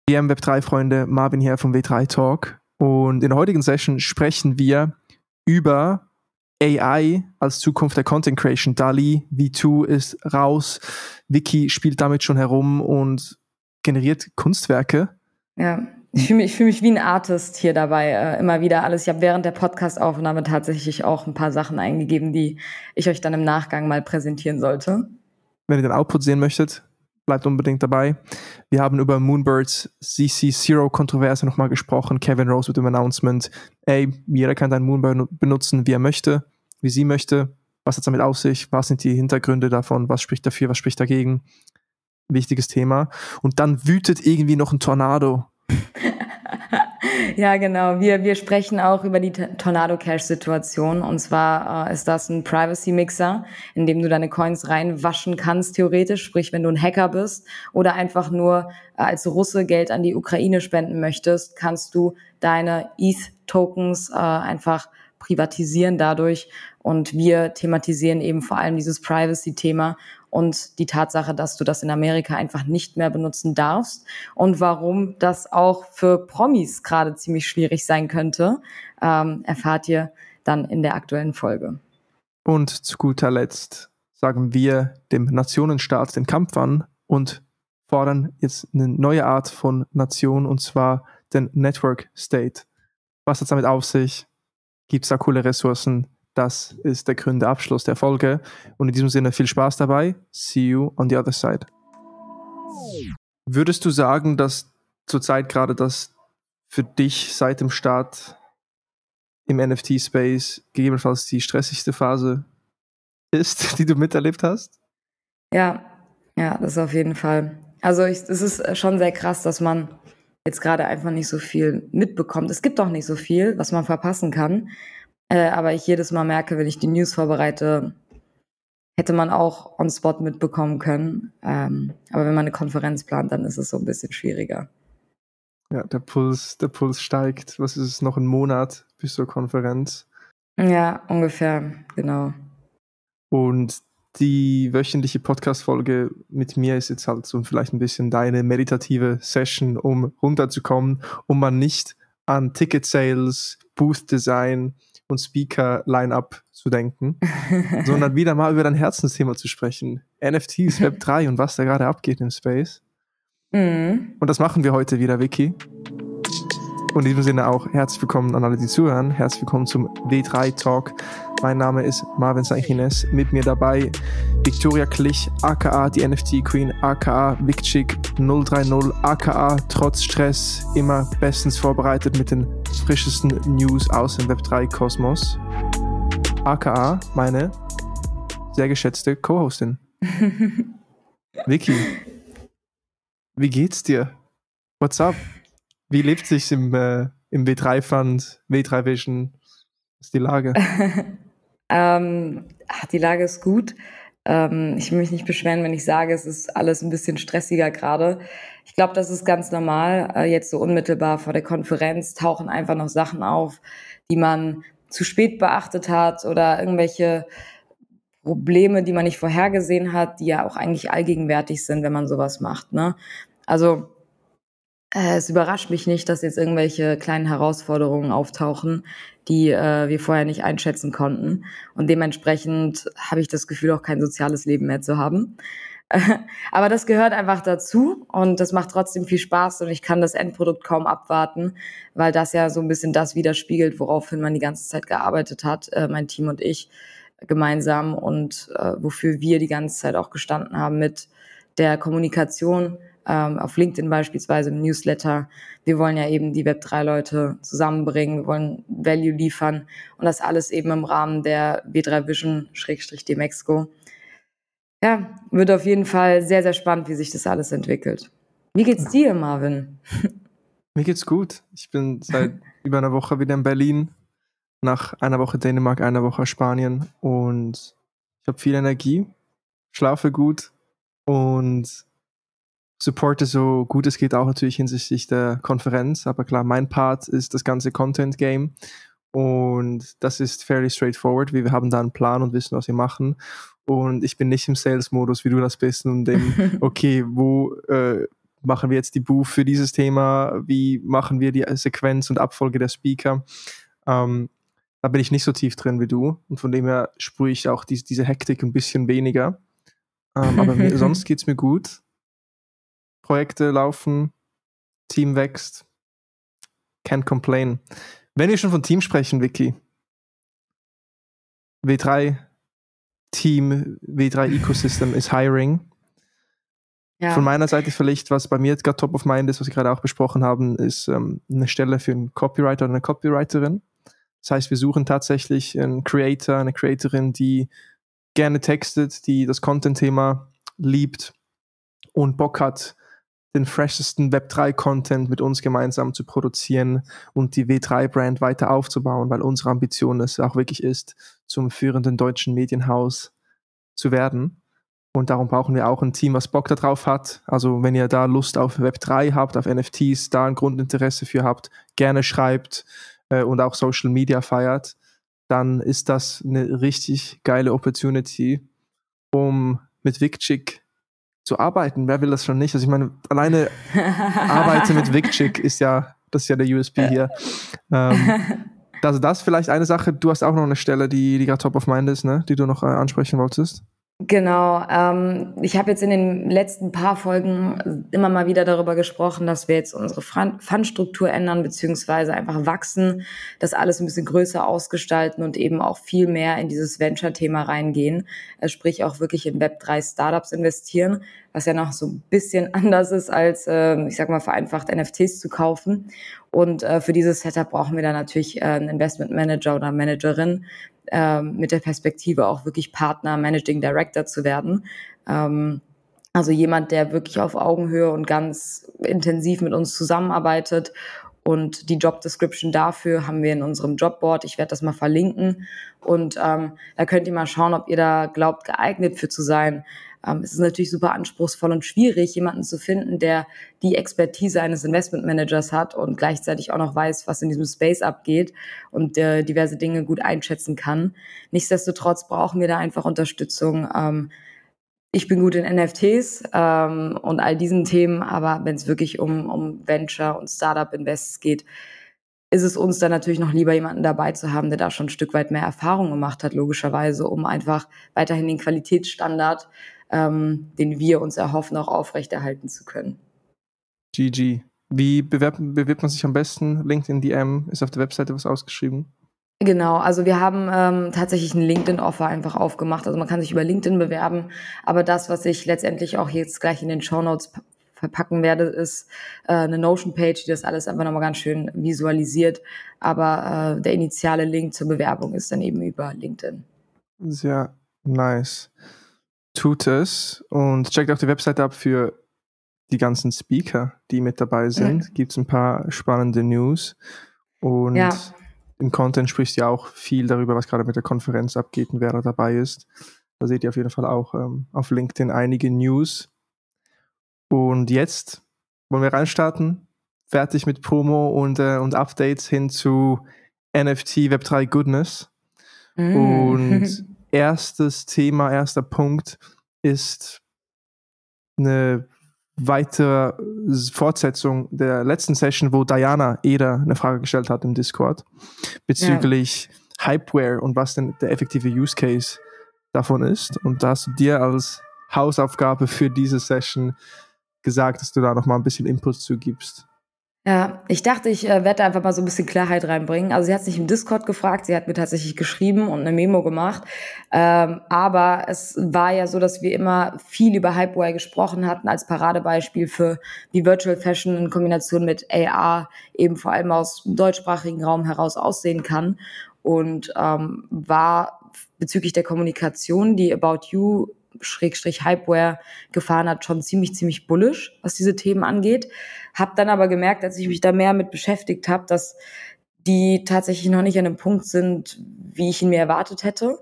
Web3-Freunde, Marvin hier vom W3 Talk. Und in der heutigen Session sprechen wir über AI als Zukunft der Content Creation. DALL-E V2 ist raus. Wiki spielt damit schon herum und generiert Kunstwerke. Ja, ich fühle mich wie ein Artist hier dabei, immer wieder alles. Ich habe während der Podcast-Aufnahme tatsächlich auch ein paar Sachen eingegeben, die ich euch dann im Nachgang mal präsentieren sollte. Wenn ihr den Output sehen möchtet, bleibt unbedingt dabei. Wir haben über Moonbirds CC0-Kontroverse nochmal gesprochen. Kevin Rose mit dem Announcement, jeder kann einen Moonbird benutzen, wie er möchte, wie sie möchte. Was hat es damit auf sich? Was sind die Hintergründe davon? Was spricht dafür? Was spricht dagegen? Wichtiges Thema. Und dann wütet irgendwie noch ein Tornado. Ja, genau. Wir sprechen auch über die Tornado-Cash-Situation. Und zwar ist das ein Privacy-Mixer, in dem du deine Coins reinwaschen kannst, theoretisch. Sprich, wenn du ein Hacker bist oder einfach nur als Russe Geld an die Ukraine spenden möchtest, kannst du deine ETH-Tokens einfach privatisieren dadurch. Und wir thematisieren eben vor allem dieses Privacy-Thema und die Tatsache, dass du das in Amerika einfach nicht mehr benutzen darfst und warum das auch für Promis gerade ziemlich schwierig sein könnte, erfahrt ihr dann in der aktuellen Folge. Und zu guter Letzt sagen wir dem Nationenstaat den Kampf an und fordern jetzt eine neue Art von Nation, und zwar den Network State. Was hat es damit auf sich? Gibt es da coole Ressourcen? Das ist der grüne Abschluss der Folge. Und in diesem Sinne viel Spaß dabei. See you on the other side. Würdest du sagen, dass zurzeit gerade das für dich seit dem Start im NFT-Space gegebenenfalls die stressigste Phase ist, die du miterlebt hast? Ja, das auf jeden Fall. Also es ist schon sehr krass, dass man jetzt gerade einfach nicht so viel mitbekommt. Es gibt auch nicht so viel, was man verpassen kann. Aber ich jedes Mal merke, wenn ich die News vorbereite, hätte man auch on spot mitbekommen können. Aber wenn man eine Konferenz plant, dann ist es so ein bisschen schwieriger. Ja, der Puls steigt. Was ist es, noch ein Monat bis zur Konferenz? Ja, ungefähr, genau. Und die wöchentliche Podcast-Folge mit mir ist jetzt halt so vielleicht ein bisschen deine meditative Session, um runterzukommen, um mal nicht an Ticket-Sales, Booth-Design und Speaker-Line-Up zu denken, sondern wieder mal über dein Herzensthema zu sprechen. NFTs, Web3 und was da gerade abgeht im Space. Mhm. Und das machen wir heute wieder, Vicky. Und in diesem Sinne auch herzlich willkommen an alle, die zuhören. Herzlich willkommen zum W3 Talk. Mein Name ist Marvin Sanchines. Mit mir dabei Victoria Klich, aka die NFT Queen, aka Vicchick 030, aka trotz Stress immer bestens vorbereitet mit den frischesten News aus dem Web3 Kosmos, aka meine sehr geschätzte Co-Hostin. Vicky, wie geht's dir? What's up? Wie lebt sich's im W3-Fund, W3 Vision? Was ist die Lage? Die Lage ist gut. Ich will mich nicht beschweren, wenn ich sage, es ist alles ein bisschen stressiger gerade. Ich glaube, das ist ganz normal. Jetzt so unmittelbar vor der Konferenz tauchen einfach noch Sachen auf, die man zu spät beachtet hat oder irgendwelche Probleme, die man nicht vorhergesehen hat, die ja auch eigentlich allgegenwärtig sind, wenn man sowas macht, ne? Also es überrascht mich nicht, dass jetzt irgendwelche kleinen Herausforderungen auftauchen, die wir vorher nicht einschätzen konnten. Und dementsprechend habe ich das Gefühl, auch kein soziales Leben mehr zu haben. Aber das gehört einfach dazu und das macht trotzdem viel Spaß und ich kann das Endprodukt kaum abwarten, weil das ja so ein bisschen das widerspiegelt, woraufhin man die ganze Zeit gearbeitet hat, mein Team und ich gemeinsam und wofür wir die ganze Zeit auch gestanden haben mit der Kommunikation, auf LinkedIn beispielsweise im Newsletter. Wir wollen ja eben die Web3-Leute zusammenbringen, wir wollen Value liefern und das alles eben im Rahmen der W3 Vision /Demexco. Ja, wird auf jeden Fall sehr, sehr spannend, wie sich das alles entwickelt. Wie geht's dir, Marvin? Mir geht's gut. Ich bin seit über einer Woche wieder in Berlin. Nach einer Woche Dänemark, einer Woche Spanien. Und ich habe viel Energie, schlafe gut und supporte so gut es geht auch natürlich hinsichtlich der Konferenz. Aber klar, mein Part ist das ganze Content-Game. Und das ist fairly straightforward. Wir haben da einen Plan und wissen, was wir machen. Und ich bin nicht im Sales-Modus, wie du das bist, und dem, okay, wo machen wir jetzt die Booth für dieses Thema, wie machen wir die Sequenz und Abfolge der Speaker. Da bin ich nicht so tief drin wie du und von dem her spüre ich auch diese Hektik ein bisschen weniger. Aber sonst geht's mir gut. Projekte laufen, Team wächst, can't complain. Wenn wir schon von Team sprechen, Vicky, W3-Team, W3-Ecosystem ist hiring. Ja. Von meiner Seite vielleicht, was bei mir gerade top of mind ist, was wir gerade auch besprochen haben, ist eine Stelle für einen Copywriter oder eine Copywriterin. Das heißt, wir suchen tatsächlich einen Creator, eine Creatorin, die gerne textet, die das Content-Thema liebt und Bock hat, den freshesten Web3-Content mit uns gemeinsam zu produzieren und die W3-Brand weiter aufzubauen, weil unsere Ambition es auch wirklich ist, zum führenden deutschen Medienhaus zu werden. Und darum brauchen wir auch ein Team, was Bock darauf hat. Also wenn ihr da Lust auf Web3 habt, auf NFTs, da ein Grundinteresse für habt, gerne schreibt und auch Social Media feiert, dann ist das eine richtig geile Opportunity, um mit Vicchick zu arbeiten. Wer will das schon nicht? Also ich meine, alleine arbeiten mit Vicchick das ist ja der USP hier. Also das ist vielleicht eine Sache. Du hast auch noch eine Stelle, die gerade top of mind ist, ne? Die du noch ansprechen wolltest. Genau, ich habe jetzt in den letzten paar Folgen immer mal wieder darüber gesprochen, dass wir jetzt unsere Fundstruktur ändern, beziehungsweise einfach wachsen, das alles ein bisschen größer ausgestalten und eben auch viel mehr in dieses Venture-Thema reingehen, sprich auch wirklich in Web3-Startups investieren, was ja noch so ein bisschen anders ist als, ich sag mal, vereinfacht NFTs zu kaufen. Und für dieses Setup brauchen wir dann natürlich einen Investment Manager oder Managerin, mit der Perspektive auch wirklich Partner, Managing Director zu werden. Also jemand, der wirklich auf Augenhöhe und ganz intensiv mit uns zusammenarbeitet. Und die Job Description dafür haben wir in unserem Jobboard. Ich werde das mal verlinken. Und da könnt ihr mal schauen, ob ihr da glaubt, geeignet für zu sein. Es ist natürlich super anspruchsvoll und schwierig, jemanden zu finden, der die Expertise eines Investmentmanagers hat und gleichzeitig auch noch weiß, was in diesem Space abgeht und diverse Dinge gut einschätzen kann. Nichtsdestotrotz brauchen wir da einfach Unterstützung. Ich bin gut in NFTs und all diesen Themen, aber wenn es wirklich um Venture und Startup-Invests geht, ist es uns dann natürlich noch lieber, jemanden dabei zu haben, der da schon ein Stück weit mehr Erfahrung gemacht hat, logischerweise, um einfach weiterhin den Qualitätsstandard, den wir uns erhoffen, auch aufrechterhalten zu können. GG. Wie bewirbt man sich am besten? LinkedIn DM, ist auf der Webseite was ausgeschrieben? Genau, also wir haben tatsächlich ein LinkedIn-Offer einfach aufgemacht. Also man kann sich über LinkedIn bewerben, aber das, was ich letztendlich auch jetzt gleich in den Shownotes verpacken werde, ist eine Notion-Page, die das alles einfach nochmal ganz schön visualisiert. Aber der initiale Link zur Bewerbung ist dann eben über LinkedIn. Sehr nice. Tut es und checkt auch die Webseite ab für die ganzen Speaker, die mit dabei sind. Gibt es ein paar spannende News und im Content sprichst du ja auch viel darüber, was gerade mit der Konferenz abgeht und wer da dabei ist. Da seht ihr auf jeden Fall auch auf LinkedIn einige News. Und jetzt wollen wir reinstarten. Fertig mit Promo und Updates hin zu NFT Web3 Goodness. Und erstes Thema, erster Punkt ist eine weitere Fortsetzung der letzten Session, wo Diana Eder eine Frage gestellt hat im Discord bezüglich Hypeware und was denn der effektive Use Case davon ist. Und da hast du dir als Hausaufgabe für diese Session gesagt, dass du da nochmal ein bisschen Input zugibst. Ja, ich dachte, ich werde einfach mal so ein bisschen Klarheit reinbringen. Also sie hat es nicht im Discord gefragt, sie hat mir tatsächlich geschrieben und eine Memo gemacht. Aber es war ja so, dass wir immer viel über Hypeware gesprochen hatten als Paradebeispiel für wie Virtual Fashion in Kombination mit AR eben vor allem aus dem deutschsprachigen Raum heraus aussehen kann. Und war bezüglich der Kommunikation, die About You Hypeware gefahren hat, schon ziemlich bullish, was diese Themen angeht. Hab dann aber gemerkt, als ich mich da mehr mit beschäftigt habe, dass die tatsächlich noch nicht an dem Punkt sind, wie ich ihn mir erwartet hätte.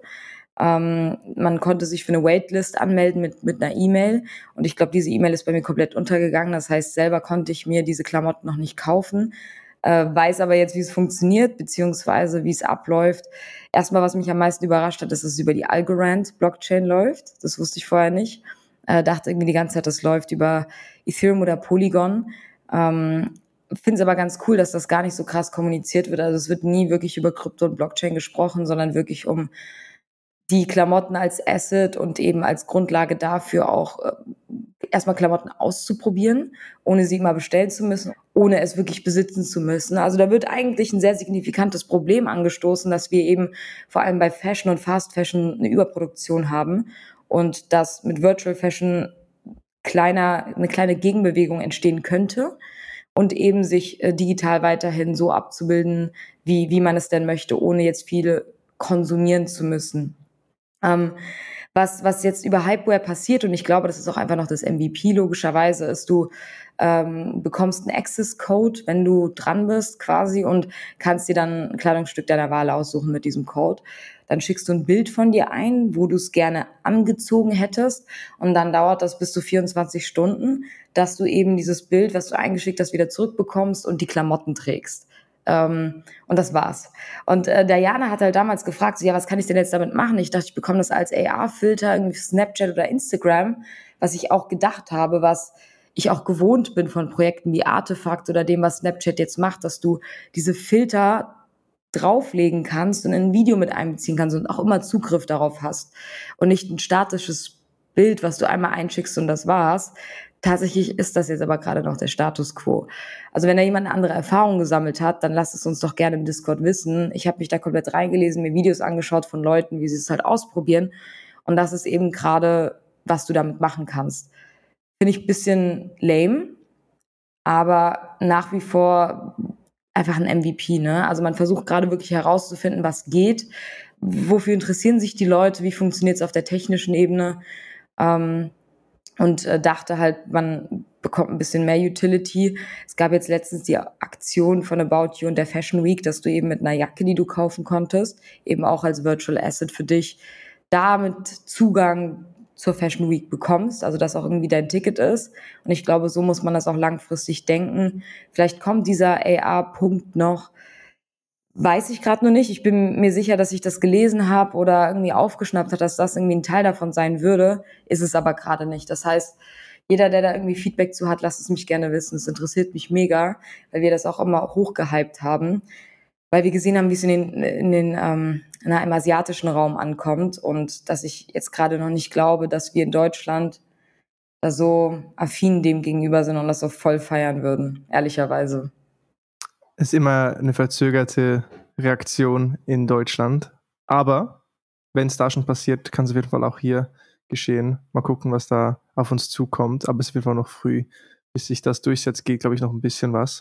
Man konnte sich für eine Waitlist anmelden mit einer E-Mail und ich glaube, diese E-Mail ist bei mir komplett untergegangen. Das heißt, selber konnte ich mir diese Klamotten noch nicht kaufen. Weiß aber jetzt, wie es funktioniert, beziehungsweise wie es abläuft. Erstmal, was mich am meisten überrascht hat, ist, dass es über die Algorand-Blockchain läuft. Das wusste ich vorher nicht. dachte irgendwie die ganze Zeit, das läuft über Ethereum oder Polygon. Finde es aber ganz cool, dass das gar nicht so krass kommuniziert wird. Also es wird nie wirklich über Krypto und Blockchain gesprochen, sondern wirklich um die Klamotten als Asset und eben als Grundlage dafür auch erstmal Klamotten auszuprobieren, ohne sie immer bestellen zu müssen, ohne es wirklich besitzen zu müssen. Also da wird eigentlich ein sehr signifikantes Problem angestoßen, dass wir eben vor allem bei Fashion und Fast Fashion eine Überproduktion haben und dass mit Virtual Fashion eine kleine Gegenbewegung entstehen könnte und eben sich digital weiterhin so abzubilden, wie man es denn möchte, ohne jetzt viele konsumieren zu müssen. Was jetzt über Hypeware passiert, und ich glaube, das ist auch einfach noch das MVP logischerweise, ist, du bekommst einen Access-Code, wenn du dran bist quasi, und kannst dir dann ein Kleidungsstück deiner Wahl aussuchen mit diesem Code. Dann schickst du ein Bild von dir ein, wo du es gerne angezogen hättest, und dann dauert das bis zu 24 Stunden, dass du eben dieses Bild, was du eingeschickt hast, wieder zurückbekommst und die Klamotten trägst. Und das war's. Und Diana hat halt damals gefragt, so, ja, was kann ich denn jetzt damit machen? Ich dachte, ich bekomme das als AR-Filter, irgendwie Snapchat oder Instagram, was ich auch gedacht habe, was ich auch gewohnt bin von Projekten wie Artefakt oder dem, was Snapchat jetzt macht, dass du diese Filter drauflegen kannst und in ein Video mit einbeziehen kannst und auch immer Zugriff darauf hast und nicht ein statisches Bild, was du einmal einschickst und das war's. Tatsächlich ist das jetzt aber gerade noch der Status quo. Also wenn da jemand eine andere Erfahrung gesammelt hat, dann lasst es uns doch gerne im Discord wissen. Ich habe mich da komplett reingelesen, mir Videos angeschaut von Leuten, wie sie es halt ausprobieren. Und das ist eben gerade, was du damit machen kannst. Finde ich ein bisschen lame, aber nach wie vor einfach ein MVP, ne? Also man versucht gerade wirklich herauszufinden, was geht, wofür interessieren sich die Leute, wie funktioniert es auf der technischen Ebene, und dachte halt, man bekommt ein bisschen mehr Utility. Es gab jetzt letztens die Aktion von About You und der Fashion Week, dass du eben mit einer Jacke, die du kaufen konntest, eben auch als Virtual Asset für dich, damit Zugang zur Fashion Week bekommst, also dass auch irgendwie dein Ticket ist. Und ich glaube, so muss man das auch langfristig denken. Vielleicht kommt dieser AR-Punkt noch, weiß ich gerade noch nicht. Ich bin mir sicher, dass ich das gelesen habe oder irgendwie aufgeschnappt hat, dass das irgendwie ein Teil davon sein würde, ist es aber gerade nicht. Das heißt, jeder, der da irgendwie Feedback zu hat, lasst es mich gerne wissen. Es interessiert mich mega, weil wir das auch immer hochgehypt haben, weil wir gesehen haben, wie es im asiatischen Raum ankommt und dass ich jetzt gerade noch nicht glaube, dass wir in Deutschland da so affin dem gegenüber sind und das so voll feiern würden, ehrlicherweise. Ist immer eine verzögerte Reaktion in Deutschland. Aber wenn es da schon passiert, kann es auf jeden Fall auch hier geschehen. Mal gucken, was da auf uns zukommt. Aber es ist auf jeden Fall noch früh. Bis sich das durchsetzt, geht, glaube ich, noch ein bisschen was.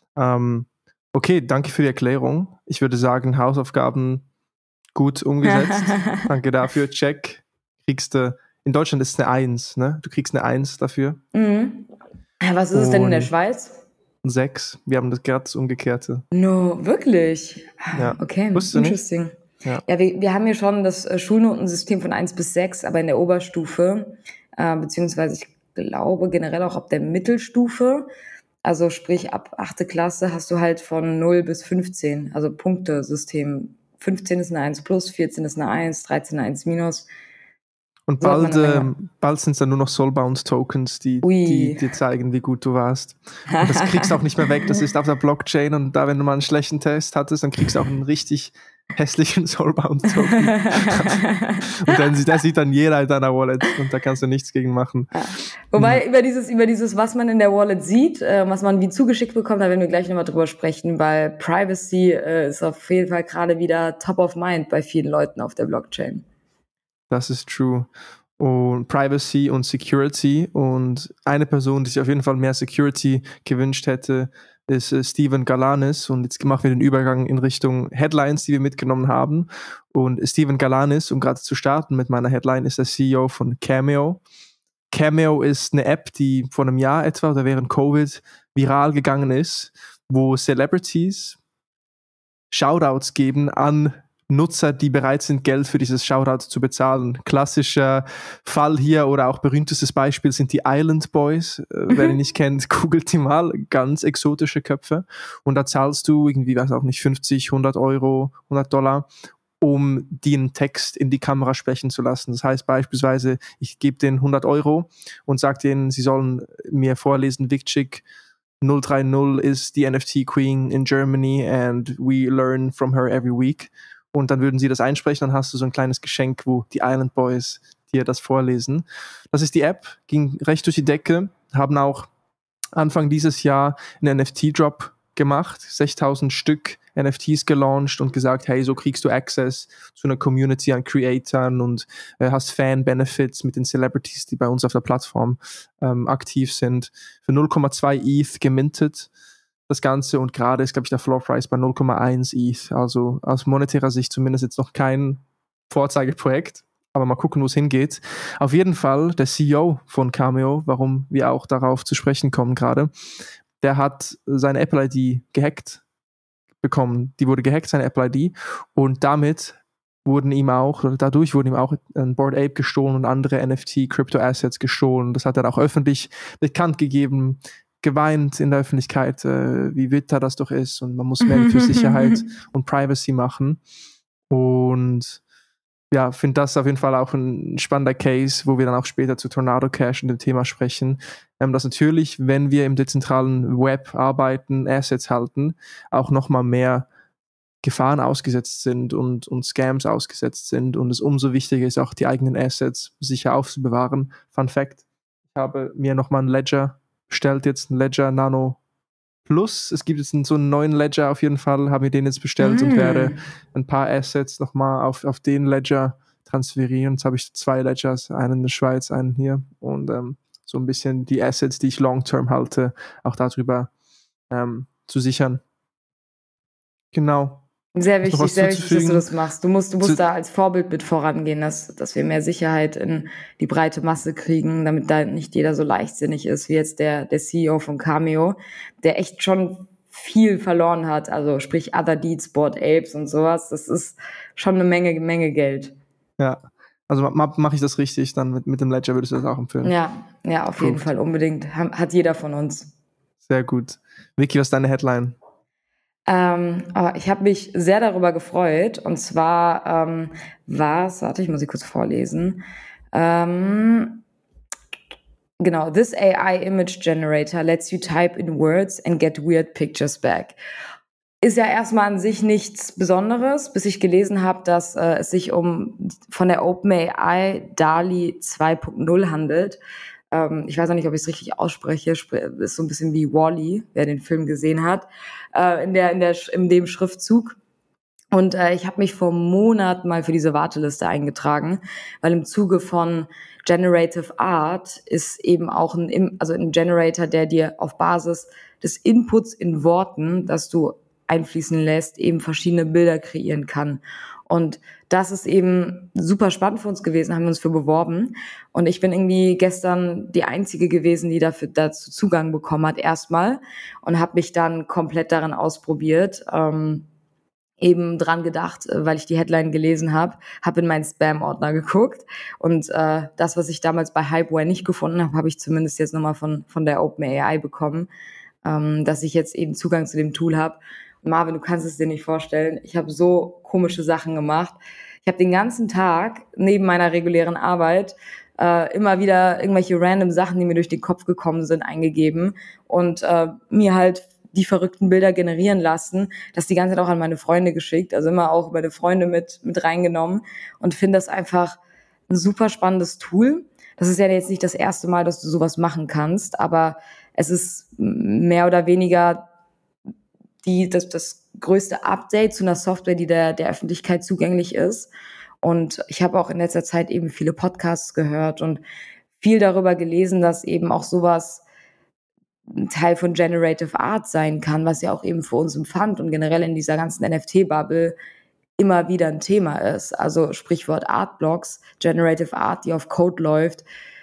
Okay, danke für die Erklärung. Ich würde sagen, Hausaufgaben gut umgesetzt. Danke dafür. Check. In Deutschland ist es eine 1, ne? Du kriegst eine 1 dafür. Mhm. Was ist es denn in der Schweiz? 6. Wir haben das gerade das Umgekehrte. No, wirklich? Ja. Okay, Wusstest du nicht? interesting. Ja, wir haben hier schon das Schulnotensystem von 1 bis 6, aber in der Oberstufe, beziehungsweise ich glaube generell auch ab der Mittelstufe, also sprich ab 8. Klasse hast du halt von 0 bis 15, also Punktesystem. 15 ist eine 1 plus, 14 ist eine 1, 13 eine 1 minus. und So hat bald sind es dann nur noch Soulbound-Tokens, die dir zeigen, wie gut du warst. Und das kriegst du auch nicht mehr weg, das ist auf der Blockchain, und da, wenn du mal einen schlechten Test hattest, dann kriegst du auch einen richtig hässlichen Soulbound-Token. Und der sieht dann jeder in deiner Wallet und da kannst du nichts gegen machen. Ja. Wobei über dieses, was man in der Wallet sieht, was man wie zugeschickt bekommt, da werden wir gleich nochmal drüber sprechen, weil Privacy ist auf jeden Fall gerade wieder top of mind bei vielen Leuten auf der Blockchain. Das ist true. Und Privacy und Security, und eine Person, die sich auf jeden Fall mehr Security gewünscht hätte, ist Steven Galanis, und jetzt machen wir den Übergang in Richtung Headlines, die wir mitgenommen haben. Und Steven Galanis, um gerade zu starten mit meiner Headline, ist der CEO von Cameo. Cameo ist eine App, die vor einem Jahr etwa oder während Covid viral gegangen ist, wo Celebrities Shoutouts geben an Nutzer, die bereit sind, Geld für dieses Shoutout zu bezahlen. Klassischer Fall hier oder auch berühmtestes Beispiel sind die Island Boys. Wer die nicht kennt, googelt die mal. Ganz exotische Köpfe. Und da zahlst du irgendwie, weiß auch nicht, 50, 100 Euro, $100 um den Text in die Kamera sprechen zu lassen. Das heißt beispielsweise, ich gebe denen 100 Euro und sage denen, sie sollen mir vorlesen, Vicchick 030 is the NFT Queen in Germany and we learn from her every week. Und dann würden sie das einsprechen, dann hast du so ein kleines Geschenk, wo die Island Boys dir das vorlesen. Das ist die App, ging recht durch die Decke, haben auch Anfang dieses Jahr einen NFT-Drop gemacht, 6.000 Stück NFTs gelauncht und gesagt, hey, so kriegst du Access zu einer Community an Creatoren und hast Fan-Benefits mit den Celebrities, die bei uns auf der Plattform aktiv sind. Für 0,2 ETH gemintet das Ganze und gerade ist, glaube ich, der Floor-Price bei 0,1 ETH. Also aus monetärer Sicht zumindest jetzt noch kein Vorzeigeprojekt, aber mal gucken, wo es hingeht. Auf jeden Fall der CEO von Cameo, warum wir auch darauf zu sprechen kommen gerade, der hat seine Apple ID gehackt bekommen. Die wurde gehackt, seine Apple ID. Und dadurch wurden ihm auch ein Bored Ape gestohlen und andere NFT-Crypto-Assets gestohlen. Das hat er auch öffentlich bekannt gegeben, geweint in der Öffentlichkeit, wie bitter das doch ist. Und man muss mehr für Sicherheit und Privacy machen. Und ja, finde das auf jeden Fall auch ein spannender Case, wo wir dann auch später zu Tornado Cash und dem Thema sprechen, dass natürlich, wenn wir im dezentralen Web arbeiten, Assets halten, auch nochmal mehr Gefahren ausgesetzt sind und Scams ausgesetzt sind und es umso wichtiger ist, auch die eigenen Assets sicher aufzubewahren. Fun Fact, ich habe mir nochmal ein Ledger bestellt, jetzt ein Ledger Nano Plus. Es gibt jetzt so einen neuen Ledger auf jeden Fall, habe mir den jetzt bestellt und werde ein paar Assets nochmal auf den Ledger transferieren. Jetzt habe ich 2 Ledgers, einen in der Schweiz, einen hier und so ein bisschen die Assets, die ich long-term halte, auch darüber zu sichern. Genau. Sehr wichtig, dass du das machst. Du musst da als Vorbild mit vorangehen, dass wir mehr Sicherheit in die breite Masse kriegen, damit da nicht jeder so leichtsinnig ist, wie jetzt der CEO von Cameo, der echt schon viel verloren hat. Also sprich Other Deeds, Bored Apes und sowas. Das ist schon eine Menge Geld. Ja, also mache ich das richtig, dann mit dem Ledger würdest du das auch empfehlen? Ja, auf jeden Fall, unbedingt. Hat jeder von uns. Sehr gut. Vicky, was ist deine Headline? Ich habe mich sehr darüber gefreut. Und zwar ich muss sie kurz vorlesen. Genau, this AI image generator lets you type in words and get weird pictures back. Ist ja erstmal an sich nichts Besonderes, bis ich gelesen habe, dass es sich von der OpenAI DALL-E 2.0 handelt. Ich weiß auch nicht, ob ich es richtig ausspreche, ist so ein bisschen wie Wall-E, wer den Film gesehen hat, in dem Schriftzug. Und ich habe mich vor Monaten mal für diese Warteliste eingetragen, weil im Zuge von Generative Art ist eben auch ein Generator, der dir auf Basis des Inputs in Worten, das du einfließen lässt, eben verschiedene Bilder kreieren kann. Und das ist eben super spannend für uns gewesen, haben wir uns für beworben. Und ich bin irgendwie gestern die Einzige gewesen, die dazu Zugang bekommen hat erstmal und habe mich dann komplett darin ausprobiert, eben dran gedacht, weil ich die Headline gelesen habe in meinen Spam-Ordner geguckt und das, was ich damals bei Hypeware nicht gefunden habe, habe ich zumindest jetzt nochmal von der OpenAI bekommen, dass ich jetzt eben Zugang zu dem Tool habe. Marvin, du kannst es dir nicht vorstellen, ich habe so komische Sachen gemacht. Ich habe den ganzen Tag neben meiner regulären Arbeit immer wieder irgendwelche random Sachen, die mir durch den Kopf gekommen sind, eingegeben und mir halt die verrückten Bilder generieren lassen, das die ganze Zeit auch an meine Freunde geschickt, also immer auch meine Freunde mit reingenommen und finde das einfach ein super spannendes Tool. Das ist ja jetzt nicht das erste Mal, dass du sowas machen kannst, aber es ist mehr oder weniger das größte Update zu einer Software, die der Öffentlichkeit zugänglich ist. Und ich habe auch in letzter Zeit eben viele Podcasts gehört und viel darüber gelesen, dass eben auch sowas ein Teil von Generative Art sein kann, was ja auch eben für uns im Fund und generell in dieser ganzen NFT-Bubble immer wieder ein Thema ist. Also Sprichwort Artblocks, Generative Art, die auf Code läuft,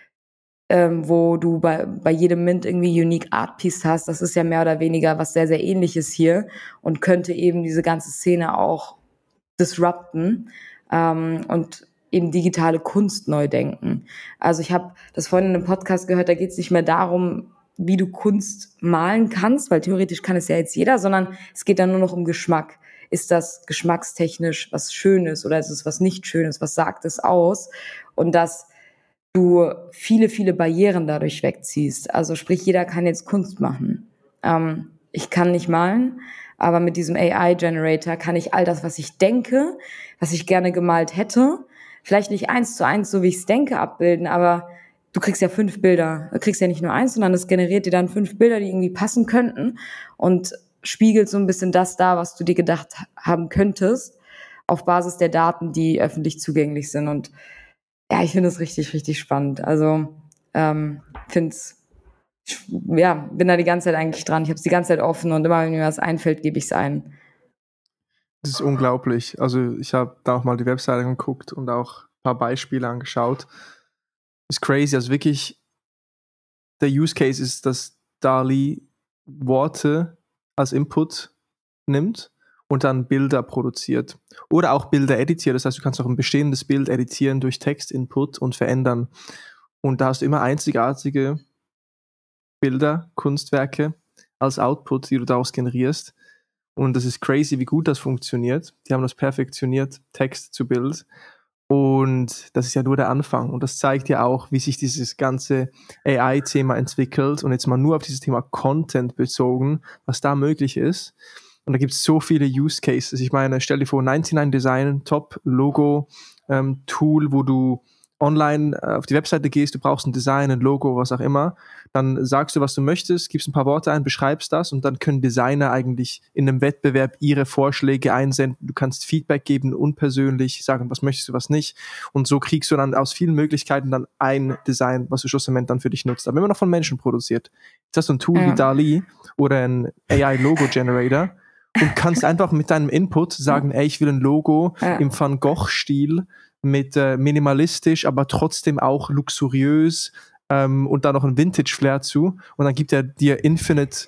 wo du bei jedem Mint irgendwie Unique Art Piece hast. Das ist ja mehr oder weniger was sehr, sehr Ähnliches hier und könnte eben diese ganze Szene auch disrupten und eben digitale Kunst neu denken. Also ich habe das vorhin in einem Podcast gehört, da geht es nicht mehr darum, wie du Kunst malen kannst, weil theoretisch kann es ja jetzt jeder, sondern es geht dann nur noch um Geschmack. ist das geschmackstechnisch was Schönes oder ist es was nicht Schönes, was sagt es aus? Und dass du viele, viele Barrieren dadurch wegziehst. Also sprich, jeder kann jetzt Kunst machen. Ich kann nicht malen, aber mit diesem AI-Generator kann ich all das, was ich denke, was ich gerne gemalt hätte, vielleicht nicht 1:1, so wie ich es denke, abbilden, aber du kriegst ja 5 Bilder. Du kriegst ja nicht nur eins, sondern es generiert dir dann 5 Bilder, die irgendwie passen könnten und spiegelt so ein bisschen das dar, was du dir gedacht haben könntest, auf Basis der Daten, die öffentlich zugänglich sind. Und ja, ich finde es richtig, richtig spannend. Also bin da die ganze Zeit eigentlich dran. Ich habe es die ganze Zeit offen und immer, wenn mir was einfällt, gebe ich es ein. Das ist unglaublich. Also ich habe da auch mal die Webseite geguckt und auch ein paar Beispiele angeschaut. Ist crazy. Also wirklich, der Use Case ist, dass DALL-E Worte als Input nimmt und dann Bilder produziert. Oder auch Bilder editiert. Das heißt, du kannst auch ein bestehendes Bild editieren durch Textinput und verändern. Und da hast du immer einzigartige Bilder, Kunstwerke als Output, die du daraus generierst. Und das ist crazy, wie gut das funktioniert. Die haben das perfektioniert, Text zu Bild. Und das ist ja nur der Anfang. Und das zeigt ja auch, wie sich dieses ganze AI-Thema entwickelt. Und jetzt mal nur auf dieses Thema Content bezogen, was da möglich ist. Und da gibt es so viele Use Cases. Ich meine, stell dir vor, 99 Design, Top-Logo-Tool, wo du online auf die Webseite gehst, du brauchst ein Design, ein Logo, was auch immer, dann sagst du, was du möchtest, gibst ein paar Worte ein, beschreibst das und dann können Designer eigentlich in einem Wettbewerb ihre Vorschläge einsenden. Du kannst Feedback geben, unpersönlich, sagen, was möchtest du, was nicht. Und so kriegst du dann aus vielen Möglichkeiten dann ein Design, was du schlussendlich dann für dich nutzt. Aber immer noch von Menschen produziert. Jetzt hast du ein Tool wie DALL-E oder ein AI-Logo-Generator und kannst einfach mit deinem Input sagen, ey, ich will ein Logo im Van Gogh-Stil mit minimalistisch, aber trotzdem auch luxuriös und da noch ein Vintage-Flair zu. Und dann gibt er dir Infinite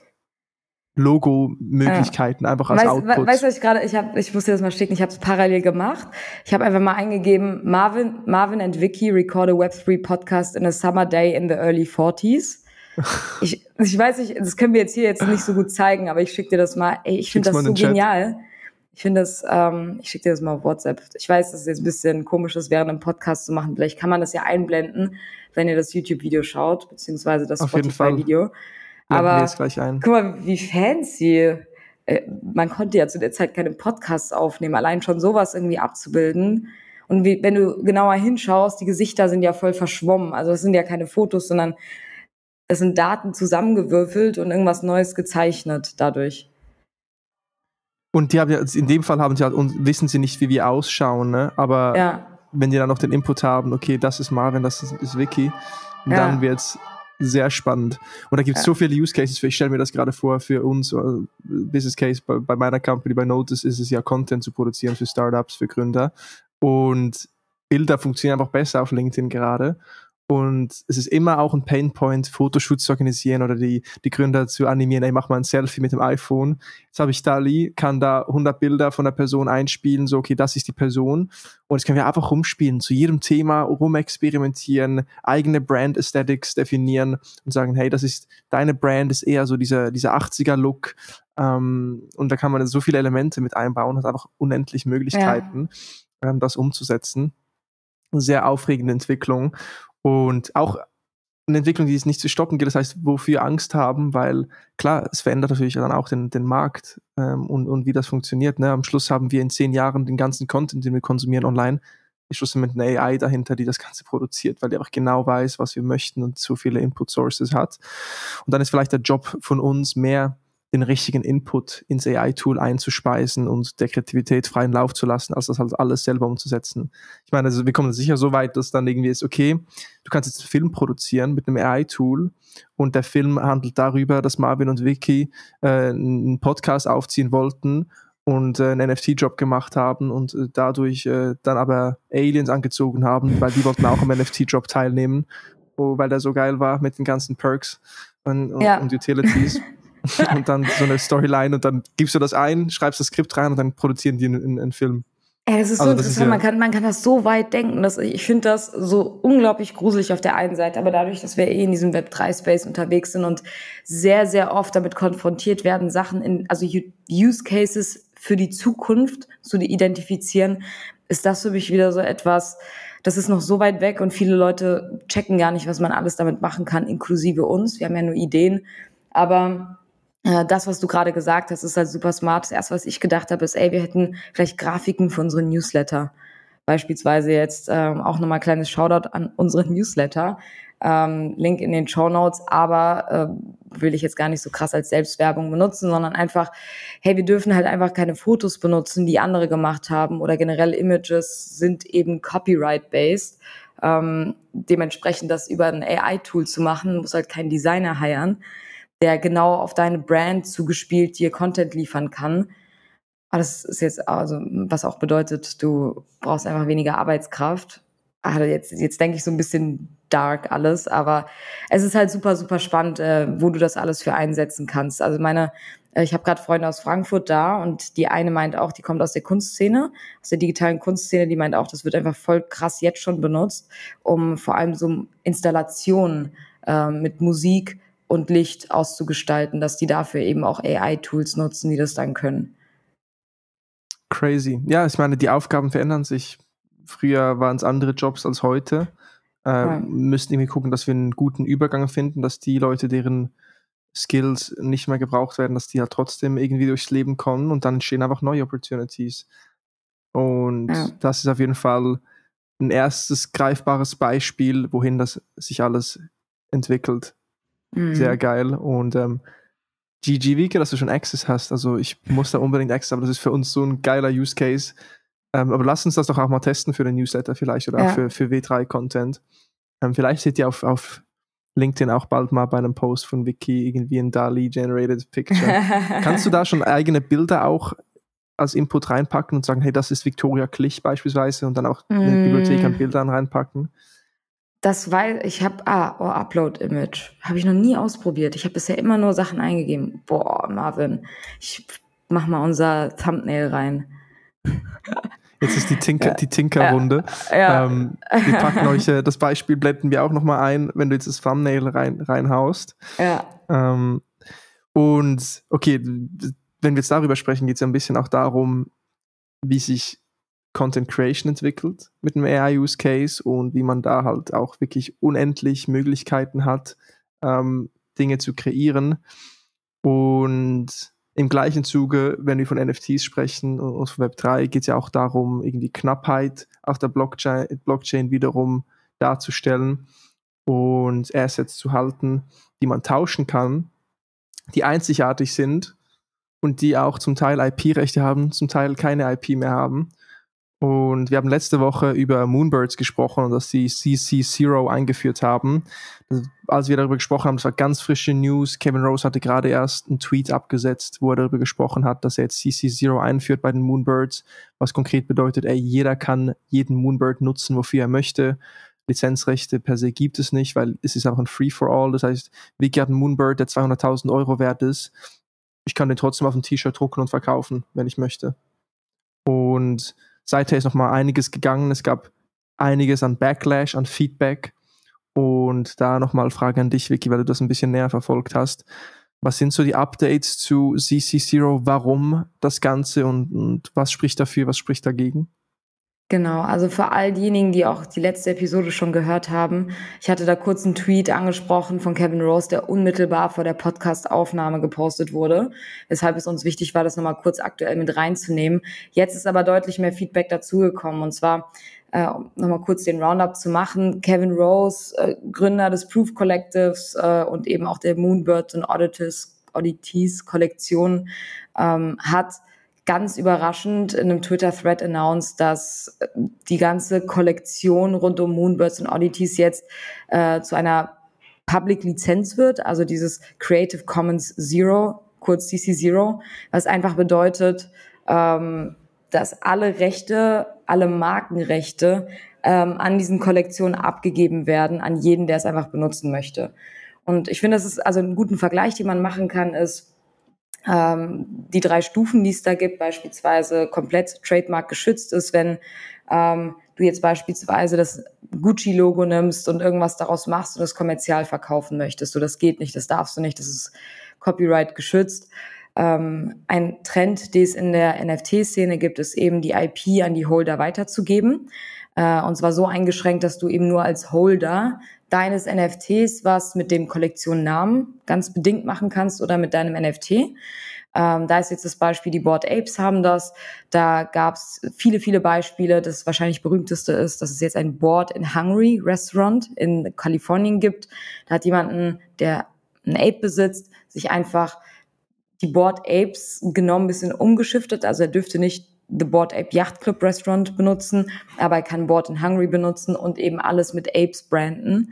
Logo-Möglichkeiten einfach als Output. Weißt du, was ich muss dir das mal schicken, ich habe es parallel gemacht. Ich habe einfach mal eingegeben, Marvin and Vicky record a Web3 podcast in a summer day in the early 40s. Ich weiß nicht, das können wir jetzt hier nicht so gut zeigen, aber ich schicke dir das mal. Ey, ich finde das so genial. Ich finde das, ich schicke dir das mal auf WhatsApp. Ich weiß, dass es jetzt ein bisschen komisch ist, während einem Podcast zu machen. Vielleicht kann man das ja einblenden, wenn ihr das YouTube-Video schaut, beziehungsweise das Spotify-Video. Aber jetzt gleich ein. Guck mal, wie fancy. Man konnte ja zu der Zeit keine Podcasts aufnehmen, allein schon sowas irgendwie abzubilden. Und wenn du genauer hinschaust, die Gesichter sind ja voll verschwommen. Also das sind ja keine Fotos, sondern es sind Daten zusammengewürfelt und irgendwas Neues gezeichnet dadurch. Und die haben ja, in dem Fall haben sie halt, und wissen sie nicht, wie wir ausschauen, ne? Aber wenn die dann noch den Input haben, okay, das ist Marvin, das ist Vicky, dann wird's sehr spannend. Und da gibt es so viele Use Cases für, ich stelle mir das gerade vor, für uns, Business Case bei meiner Company, bei Notice ist es ja, Content zu produzieren für Startups, für Gründer. Und Bilder funktionieren einfach besser auf LinkedIn gerade. Und es ist immer auch ein Painpoint, Fotoshoots zu organisieren oder die Gründer zu animieren, ey, mach mal ein Selfie mit dem iPhone. Jetzt habe ich DALL-E, kann da 100 Bilder von der Person einspielen, so, okay, das ist die Person. Und jetzt können wir einfach rumspielen, zu jedem Thema rumexperimentieren, eigene Brand Aesthetics definieren und sagen, hey, das ist, deine Brand ist eher so dieser 80er-Look. Und da kann man so viele Elemente mit einbauen, hat einfach unendlich Möglichkeiten, das umzusetzen. Sehr aufregende Entwicklung. Und auch eine Entwicklung, die es nicht zu stoppen gilt, das heißt, wofür Angst haben, weil klar, es verändert natürlich dann auch den Markt und wie das funktioniert. Ne? Am Schluss haben wir in 10 Jahren den ganzen Content, den wir konsumieren online, ist schlussendlich eine AI dahinter, die das Ganze produziert, weil die einfach genau weiß, was wir möchten und so viele Input-Sources hat. Und dann ist vielleicht der Job von uns mehr, den richtigen Input ins AI-Tool einzuspeisen und der Kreativität freien Lauf zu lassen, als das halt alles selber umzusetzen. Ich meine, also wir kommen sicher so weit, dass dann irgendwie ist, okay, du kannst jetzt einen Film produzieren mit einem AI-Tool und der Film handelt darüber, dass Marvin und Vicky einen Podcast aufziehen wollten und einen NFT-Job gemacht haben und dadurch dann aber Aliens angezogen haben, weil die wollten auch am NFT-Job teilnehmen, weil der so geil war mit den ganzen Perks und Utilities. Und dann so eine Storyline und dann gibst du das ein, schreibst das Skript rein und dann produzieren die einen Film. Ja, das ist so interessant, man kann das so weit denken. Ich finde das so unglaublich gruselig auf der einen Seite, aber dadurch, dass wir in diesem Web3-Space unterwegs sind und sehr, sehr oft damit konfrontiert werden, Sachen also Use Cases für die Zukunft zu identifizieren, ist das für mich wieder so etwas, das ist noch so weit weg und viele Leute checken gar nicht, was man alles damit machen kann, inklusive uns. Wir haben ja nur Ideen, aber das, was du gerade gesagt hast, ist halt super smart. Das erste, was ich gedacht habe, ist, wir hätten vielleicht Grafiken für unsere Newsletter. Beispielsweise jetzt auch nochmal ein kleines Shoutout an unsere Newsletter. Link in den Shownotes, aber will ich jetzt gar nicht so krass als Selbstwerbung benutzen, sondern einfach, wir dürfen halt einfach keine Fotos benutzen, die andere gemacht haben oder generell Images sind eben copyright-based. Dementsprechend das über ein AI-Tool zu machen, muss halt kein Designer hiren, der genau auf deine Brand zugespielt dir Content liefern kann. Aber das ist jetzt, also was auch bedeutet, du brauchst einfach weniger Arbeitskraft. Jetzt denke ich so ein bisschen dark alles, aber es ist halt super, super spannend, wo du das alles für einsetzen kannst. Also ich habe gerade Freunde aus Frankfurt da und die eine meint auch, die kommt aus der Kunstszene, aus der digitalen Kunstszene, die meint auch, das wird einfach voll krass jetzt schon benutzt, um vor allem so Installationen mit Musik und Licht auszugestalten, dass die dafür eben auch AI-Tools nutzen, die das dann können. Crazy. Ja, ich meine, die Aufgaben verändern sich. Früher waren es andere Jobs als heute. Müssten irgendwie gucken, dass wir einen guten Übergang finden, dass die Leute, deren Skills nicht mehr gebraucht werden, dass die halt trotzdem irgendwie durchs Leben kommen und dann entstehen einfach neue Opportunities. Und das ist auf jeden Fall ein erstes greifbares Beispiel, wohin das sich alles entwickelt. Sehr geil. Und GG Wieke, dass du schon Access hast. Also ich muss da unbedingt Access, aber das ist für uns so ein geiler Use Case. Aber lass uns das doch auch mal testen für den Newsletter vielleicht oder auch für W3-Content. Vielleicht seht ihr auf LinkedIn auch bald mal bei einem Post von Vicky irgendwie ein DALL-E-generated Picture. Kannst du da schon eigene Bilder auch als Input reinpacken und sagen, hey, das ist Victoria Klich beispielsweise und dann auch eine Bibliothek an Bildern reinpacken? Ich habe, Upload-Image. Habe ich noch nie ausprobiert. Ich habe bisher immer nur Sachen eingegeben. Boah, Marvin, ich mach mal unser Thumbnail rein. Jetzt ist die Tinker-Runde. Wir packen euch, das Beispiel blenden wir auch nochmal ein, wenn du jetzt das Thumbnail reinhaust. Und okay, wenn wir jetzt darüber sprechen, geht es ja ein bisschen auch darum, wie sich Content Creation entwickelt mit einem AI-Use-Case und wie man da halt auch wirklich unendlich Möglichkeiten hat, Dinge zu kreieren. Und im gleichen Zuge, wenn wir von NFTs sprechen und von Web3, geht es ja auch darum, irgendwie Knappheit auf der Blockchain wiederum darzustellen und Assets zu halten, die man tauschen kann, die einzigartig sind und die auch zum Teil IP-Rechte haben, zum Teil keine IP mehr haben. Und wir haben letzte Woche über Moonbirds gesprochen und dass sie CC0 eingeführt haben. Als wir darüber gesprochen haben, das war ganz frische News. Kevin Rose hatte gerade erst einen Tweet abgesetzt, wo er darüber gesprochen hat, dass er jetzt CC0 einführt bei den Moonbirds, was konkret bedeutet, jeder kann jeden Moonbird nutzen, wofür er möchte. Lizenzrechte per se gibt es nicht, weil es ist einfach ein Free-for-all. Das heißt, Vicky hat einen Moonbird, der 200.000 € wert ist. Ich kann den trotzdem auf ein T-Shirt drucken und verkaufen, wenn ich möchte. Und seither ist noch mal einiges gegangen. Es gab einiges an Backlash, an Feedback. Und da nochmal Frage an dich, Vicky, weil du das ein bisschen näher verfolgt hast. Was sind so die Updates zu CC0? Warum das Ganze und was spricht dafür, was spricht dagegen? Genau, also für all diejenigen, die auch die letzte Episode schon gehört haben, ich hatte da kurz einen Tweet angesprochen von Kevin Rose, der unmittelbar vor der Podcast-Aufnahme gepostet wurde, weshalb es uns wichtig war, das nochmal kurz aktuell mit reinzunehmen. Jetzt ist aber deutlich mehr Feedback dazugekommen und zwar, um nochmal kurz den Roundup zu machen, Kevin Rose, Gründer des Proof Collectives und eben auch der Moonbirds und Oddities Kollektion, hat ganz überraschend in einem Twitter-Thread announced, dass die ganze Kollektion rund um Moonbirds und Oddities jetzt zu einer Public-Lizenz wird, also dieses Creative Commons Zero, kurz CC0, was einfach bedeutet, dass alle Rechte, alle Markenrechte an diesen Kollektionen abgegeben werden, an jeden, der es einfach benutzen möchte. Und ich finde, das ist also einen guten Vergleich, den man machen kann, ist, die 3 Stufen, die es da gibt, beispielsweise komplett Trademark geschützt ist, wenn du jetzt beispielsweise das Gucci-Logo nimmst und irgendwas daraus machst und es kommerziell verkaufen möchtest. So, das geht nicht, das darfst du nicht, das ist Copyright geschützt. Ein Trend, den es in der NFT-Szene gibt, ist eben die IP an die Holder weiterzugeben. Und zwar so eingeschränkt, dass du eben nur als Holder deines NFTs was mit dem Kollektionsnamen ganz bedingt machen kannst oder mit deinem NFT. Da ist jetzt das Beispiel, die Bored Apes haben das. Da gab es viele, viele Beispiele. Das wahrscheinlich berühmteste ist, dass es jetzt ein Bored in Hungry Restaurant in Kalifornien gibt. Da hat jemanden, der ein Ape besitzt, sich einfach die Bored Apes genommen, ein bisschen umgeschiftet. Also er dürfte nicht The Bored Ape Yacht Club Restaurant benutzen, aber er kann Bored and Hungry benutzen und eben alles mit Apes branden,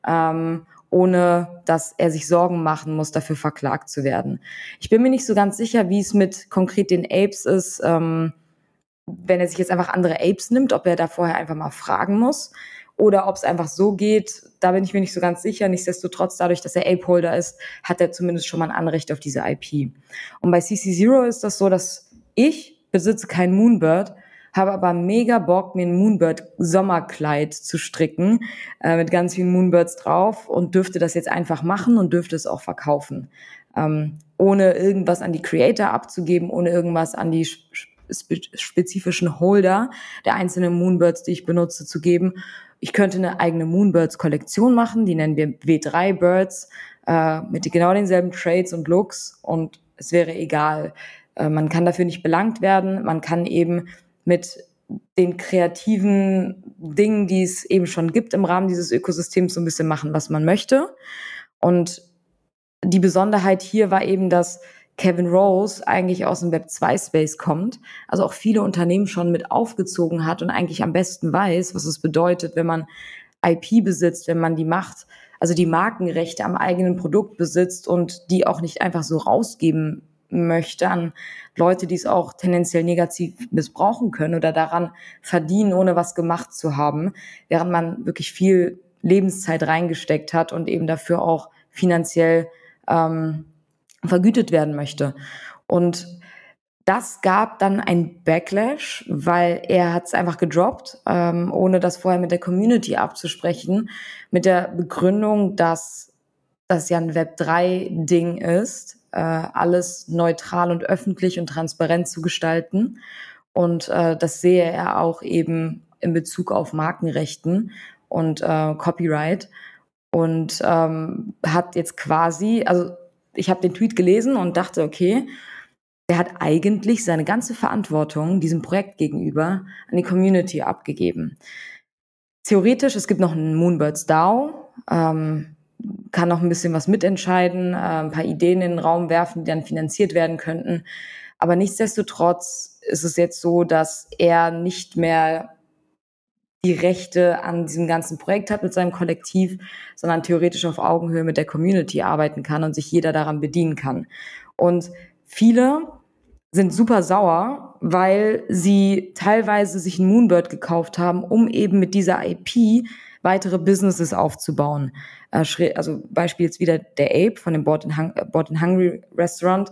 ohne dass er sich Sorgen machen muss, dafür verklagt zu werden. Ich bin mir nicht so ganz sicher, wie es mit konkret den Apes ist, wenn er sich jetzt einfach andere Apes nimmt, ob er da vorher einfach mal fragen muss oder ob es einfach so geht, da bin ich mir nicht so ganz sicher. Nichtsdestotrotz, dadurch, dass er Ape-Holder ist, hat er zumindest schon mal ein Anrecht auf diese IP. Und bei CC0 ist das so, dass ich besitze kein Moonbird, habe aber mega Bock, mir ein Moonbird-Sommerkleid zu stricken, mit ganz vielen Moonbirds drauf und dürfte das jetzt einfach machen und dürfte es auch verkaufen. Ohne irgendwas an die Creator abzugeben, ohne irgendwas an die spezifischen Holder der einzelnen Moonbirds, die ich benutze, zu geben. Ich könnte eine eigene Moonbirds-Kollektion machen, die nennen wir W3-Birds, mit genau denselben Trades und Looks und es wäre egal. Man kann dafür nicht belangt werden, man kann eben mit den kreativen Dingen, die es eben schon gibt im Rahmen dieses Ökosystems, so ein bisschen machen, was man möchte. Und die Besonderheit hier war eben, dass Kevin Rose eigentlich aus dem Web2-Space kommt, also auch viele Unternehmen schon mit aufgezogen hat und eigentlich am besten weiß, was es bedeutet, wenn man IP besitzt, wenn man die Macht, also die Markenrechte am eigenen Produkt besitzt und die auch nicht einfach so rausgeben möchte an Leute, die es auch tendenziell negativ missbrauchen können oder daran verdienen, ohne was gemacht zu haben, während man wirklich viel Lebenszeit reingesteckt hat und eben dafür auch finanziell vergütet werden möchte. Und das gab dann ein Backlash, weil er hat es einfach gedroppt, ohne das vorher mit der Community abzusprechen, mit der Begründung, dass das ja ein Web3-Ding ist, alles neutral und öffentlich und transparent zu gestalten. Und das sehe er auch eben in Bezug auf Markenrechten und Copyright. Und hat jetzt quasi, also ich habe den Tweet gelesen und dachte, okay, der hat eigentlich seine ganze Verantwortung diesem Projekt gegenüber an die Community abgegeben. Theoretisch, es gibt noch einen Moonbirds DAO, kann noch ein bisschen was mitentscheiden, ein paar Ideen in den Raum werfen, die dann finanziert werden könnten. Aber nichtsdestotrotz ist es jetzt so, dass er nicht mehr die Rechte an diesem ganzen Projekt hat mit seinem Kollektiv, sondern theoretisch auf Augenhöhe mit der Community arbeiten kann und sich jeder daran bedienen kann. Und viele sind super sauer, weil sie teilweise sich ein Moonbird gekauft haben, um eben mit dieser IP weitere Businesses aufzubauen. Also Beispiel jetzt wieder der Ape von dem Bored and Hungry Restaurant.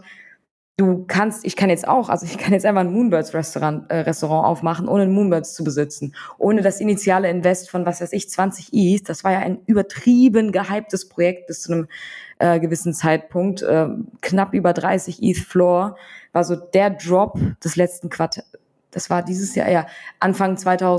Ich kann jetzt einfach ein Moonbirds Restaurant aufmachen, ohne ein Moonbirds zu besitzen. Ohne das initiale Invest von, 20 ETH. Das war ja ein übertrieben gehyptes Projekt bis zu einem gewissen Zeitpunkt. Knapp über 30 ETH Floor war so der Drop des letzten Quartals. Das war dieses Jahr, ja, Anfang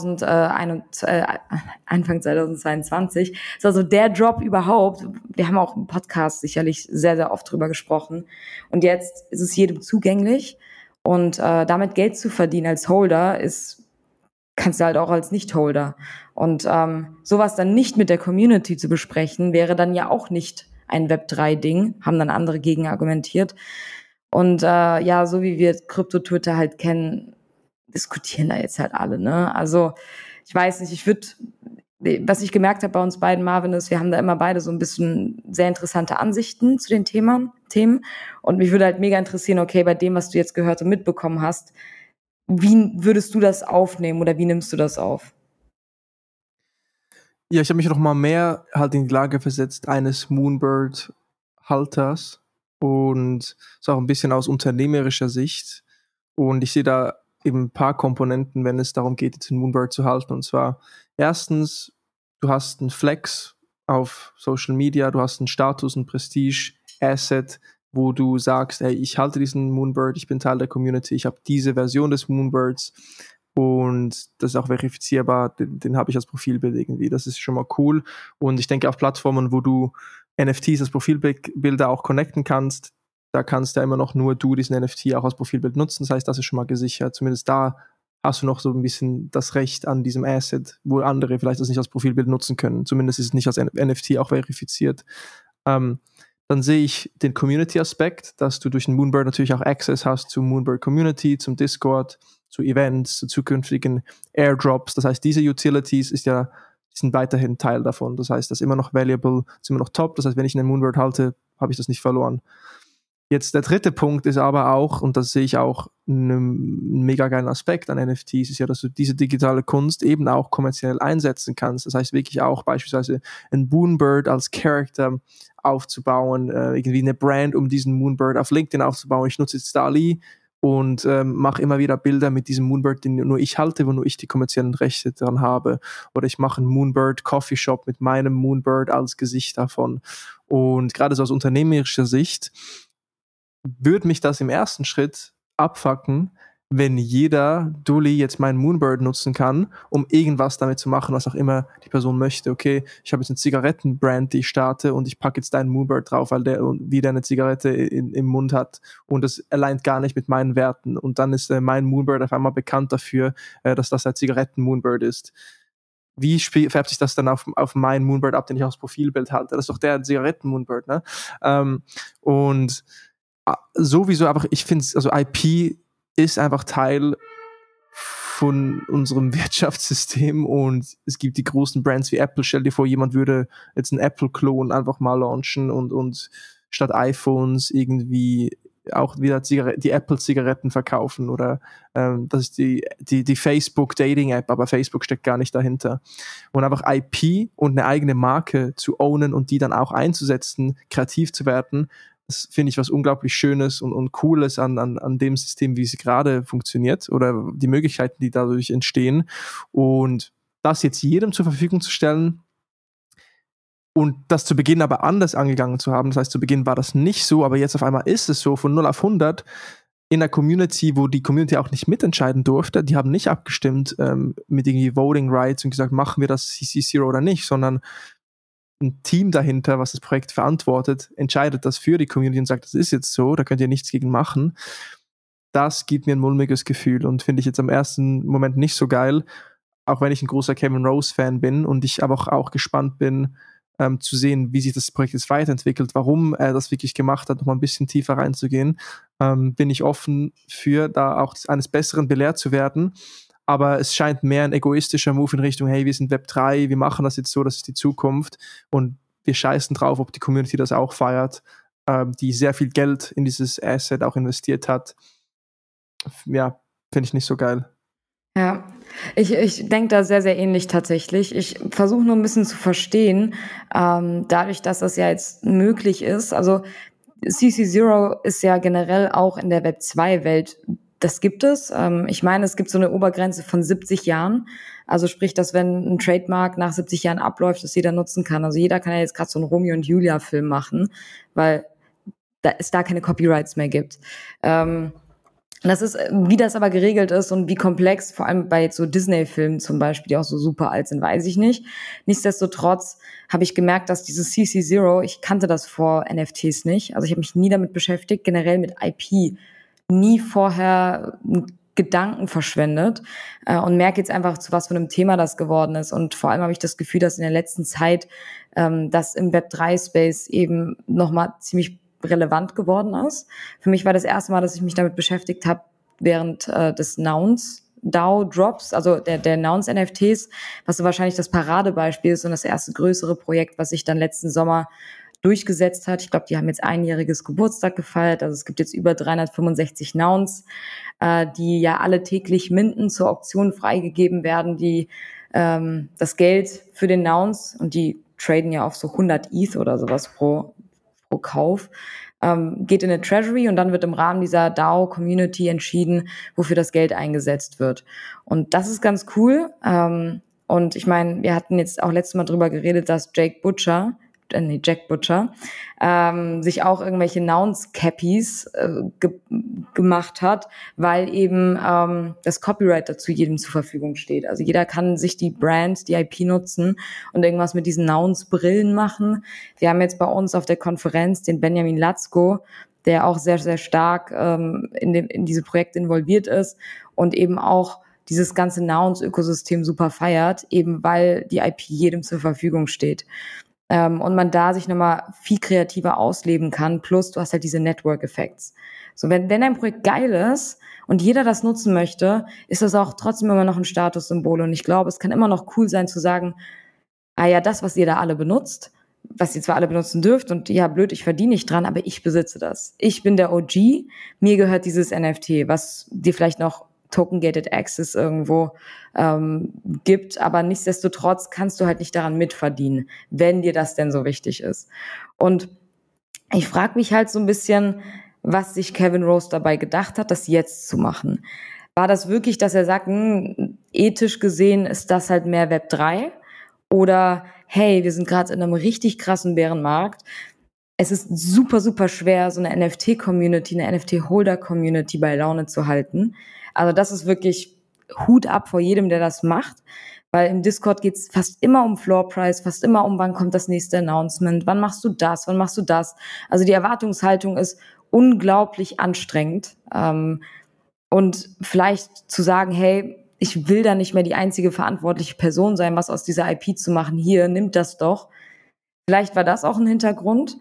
2022. Das war so der Drop überhaupt. Wir haben auch im Podcast sicherlich sehr, sehr oft drüber gesprochen. Und jetzt ist es jedem zugänglich. Und damit Geld zu verdienen als Holder kannst du halt auch als Nicht-Holder. Und sowas dann nicht mit der Community zu besprechen, wäre dann ja auch nicht ein Web3-Ding, haben dann andere gegen argumentiert. Und ja, so wie wir Krypto-Twitter halt kennen, diskutieren da jetzt halt alle, ne? Also ich weiß nicht, was ich gemerkt habe bei uns beiden, Marvin, ist, wir haben da immer beide so ein bisschen sehr interessante Ansichten zu den Themen. Und mich würde halt mega interessieren, okay, bei dem, was du jetzt gehört und mitbekommen hast, wie würdest du das aufnehmen oder wie nimmst du das auf? Ja, ich habe mich noch mal mehr halt in die Lage versetzt eines Moonbird-Halters und so auch ein bisschen aus unternehmerischer Sicht. Und ich sehe da eben ein paar Komponenten, wenn es darum geht, jetzt einen Moonbird zu halten. Und zwar erstens, du hast einen Flex auf Social Media, du hast einen Status, ein Prestige, Asset, wo du sagst, hey, ich halte diesen Moonbird, ich bin Teil der Community, ich habe diese Version des Moonbirds und das ist auch verifizierbar, den habe ich als Profilbild irgendwie. Das ist schon mal cool. Und ich denke, auf Plattformen, wo du NFTs als Profilbilder auch connecten kannst, da kannst ja immer noch nur du diesen NFT auch als Profilbild nutzen. Das heißt, das ist schon mal gesichert. Zumindest da hast du noch so ein bisschen das Recht an diesem Asset, wo andere vielleicht das nicht als Profilbild nutzen können. Zumindest ist es nicht als NFT auch verifiziert. Dann sehe ich den Community-Aspekt, dass du durch den Moonbird natürlich auch Access hast zur Moonbird Community, zum Discord, zu Events, zu zukünftigen Airdrops. Das heißt, diese Utilities sind weiterhin Teil davon. Das heißt, das ist immer noch valuable, ist immer noch top. Das heißt, wenn ich einen Moonbird halte, habe ich das nicht verloren. Jetzt der dritte Punkt ist aber auch, und das sehe ich auch einen mega geilen Aspekt an NFTs, ist ja, dass du diese digitale Kunst eben auch kommerziell einsetzen kannst. Das heißt wirklich auch beispielsweise ein Moonbird als Character aufzubauen, irgendwie eine Brand um diesen Moonbird auf LinkedIn aufzubauen. Ich nutze jetzt DALL-E und mache immer wieder Bilder mit diesem Moonbird, den nur ich halte, wo nur ich die kommerziellen Rechte daran habe. Oder ich mache einen Moonbird Coffee Shop mit meinem Moonbird als Gesicht davon. Und gerade so aus unternehmerischer Sicht würde mich das im ersten Schritt abfucken, wenn jeder Dulli jetzt meinen Moonbird nutzen kann, um irgendwas damit zu machen, was auch immer die Person möchte. Okay, ich habe jetzt eine Zigarettenbrand, die ich starte und ich packe jetzt deinen Moonbird drauf, weil der wieder eine Zigarette im Mund hat und das alignt gar nicht mit meinen Werten. Und dann ist mein Moonbird auf einmal bekannt dafür, dass das ein Zigaretten-Moonbird ist. Wie färbt sich das dann auf meinen Moonbird ab, den ich aufs Profilbild halte? Das ist doch der Zigaretten-Moonbird, ne? Und sowieso, aber ich finde, also IP ist einfach Teil von unserem Wirtschaftssystem und es gibt die großen Brands wie Apple. Stell dir vor, jemand würde jetzt einen Apple-Klon einfach mal launchen und statt iPhones irgendwie auch wieder die Apple-Zigaretten verkaufen oder das ist die Facebook-Dating-App, aber Facebook steckt gar nicht dahinter. Und einfach IP und eine eigene Marke zu ownen und die dann auch einzusetzen, kreativ zu werden, das finde ich was unglaublich Schönes und Cooles an dem System, wie es gerade funktioniert oder die Möglichkeiten, die dadurch entstehen. Und das jetzt jedem zur Verfügung zu stellen und das zu Beginn aber anders angegangen zu haben, das heißt, zu Beginn war das nicht so, aber jetzt auf einmal ist es so, von 0 auf 100 in einer Community, wo die Community auch nicht mitentscheiden durfte, die haben nicht abgestimmt mit irgendwie Voting Rights und gesagt, machen wir das CC0 oder nicht, sondern ein Team dahinter, was das Projekt verantwortet, entscheidet das für die Community und sagt, das ist jetzt so, da könnt ihr nichts gegen machen. Das gibt mir ein mulmiges Gefühl und finde ich jetzt am ersten Moment nicht so geil, auch wenn ich ein großer Kevin Rose-Fan bin und ich aber auch gespannt bin, zu sehen, wie sich das Projekt jetzt weiterentwickelt, warum er das wirklich gemacht hat, noch mal ein bisschen tiefer reinzugehen, bin ich offen für, da auch eines Besseren belehrt zu werden. Aber es scheint mehr ein egoistischer Move in Richtung, hey, wir sind Web3, wir machen das jetzt so, das ist die Zukunft und wir scheißen drauf, ob die Community das auch feiert, die sehr viel Geld in dieses Asset auch investiert hat. Ja, finde ich nicht so geil. Ja, ich denke da sehr, sehr ähnlich tatsächlich. Ich versuche nur ein bisschen zu verstehen, dadurch, dass das ja jetzt möglich ist. Also CC0 ist ja generell auch in der Web2-Welt, das gibt es. Ich meine, es gibt so eine Obergrenze von 70 Jahren. Also sprich, dass wenn ein Trademark nach 70 Jahren abläuft, das jeder nutzen kann. Also jeder kann ja jetzt gerade so einen Romeo und Julia-Film machen, weil es da keine Copyrights mehr gibt. Das ist, wie das aber geregelt ist und wie komplex, vor allem bei so Disney-Filmen zum Beispiel, die auch so super alt sind, weiß ich nicht. Nichtsdestotrotz habe ich gemerkt, dass dieses CC0, ich kannte das vor NFTs nicht, also ich habe mich nie damit beschäftigt, generell mit IP, nie vorher Gedanken verschwendet und merke jetzt einfach, zu was für einem Thema das geworden ist. Und vor allem habe ich das Gefühl, dass in der letzten Zeit das im Web3-Space eben nochmal ziemlich relevant geworden ist. Für mich war das erste Mal, dass ich mich damit beschäftigt habe, während des Nouns DAO Drops, also der Nouns NFTs, was so wahrscheinlich das Paradebeispiel ist und das erste größere Projekt, was sich dann letzten Sommer durchgesetzt hat. Ich glaube, die haben jetzt einjähriges Geburtstag gefeiert. Also es gibt jetzt über 365 Nouns, die ja alle täglich minden, zur Auktion freigegeben werden, die das Geld für den Nouns, und die traden ja auf so 100 ETH oder sowas pro Kauf, geht in eine Treasury und dann wird im Rahmen dieser DAO-Community entschieden, wofür das Geld eingesetzt wird. Und das ist ganz cool. Und ich meine, wir hatten jetzt auch letztes Mal drüber geredet, dass Jake Butcher, Jack Butcher, sich auch irgendwelche Nouns-Cappies gemacht hat, weil eben das Copyright dazu jedem zur Verfügung steht. Also jeder kann sich die Brand, die IP nutzen und irgendwas mit diesen Nouns-Brillen machen. Wir haben jetzt bei uns auf der Konferenz den Benjamin Latzko, der auch sehr, sehr stark in diese Projekte involviert ist und eben auch dieses ganze Nouns-Ökosystem super feiert, eben weil die IP jedem zur Verfügung steht. Und man da sich nochmal viel kreativer ausleben kann, plus du hast halt diese Network-Effects. So, wenn ein Projekt geil ist und jeder das nutzen möchte, ist das auch trotzdem immer noch ein Statussymbol. Und ich glaube, es kann immer noch cool sein zu sagen, ah ja, das, was ihr da alle benutzt, was ihr zwar alle benutzen dürft und ja, blöd, ich verdiene nicht dran, aber ich besitze das. Ich bin der OG, mir gehört dieses NFT, was dir vielleicht noch Token-Gated Access irgendwo gibt, aber nichtsdestotrotz kannst du halt nicht daran mitverdienen, wenn dir das denn so wichtig ist. Und ich frage mich halt so ein bisschen, was sich Kevin Rose dabei gedacht hat, das jetzt zu machen. War das wirklich, dass er sagt, ethisch gesehen ist das halt mehr Web 3? Oder hey, wir sind gerade in einem richtig krassen Bärenmarkt. Es ist super, super schwer, so eine NFT-Community, eine NFT-Holder-Community bei Laune zu halten. Also das ist wirklich Hut ab vor jedem, der das macht, weil im Discord geht's fast immer um Floor Price, fast immer um, wann kommt das nächste Announcement, wann machst du das, wann machst du das. Also die Erwartungshaltung ist unglaublich anstrengend. Und vielleicht zu sagen, hey, ich will da nicht mehr die einzige verantwortliche Person sein, was aus dieser IP zu machen. Hier, nimmt das doch. Vielleicht war das auch ein Hintergrund,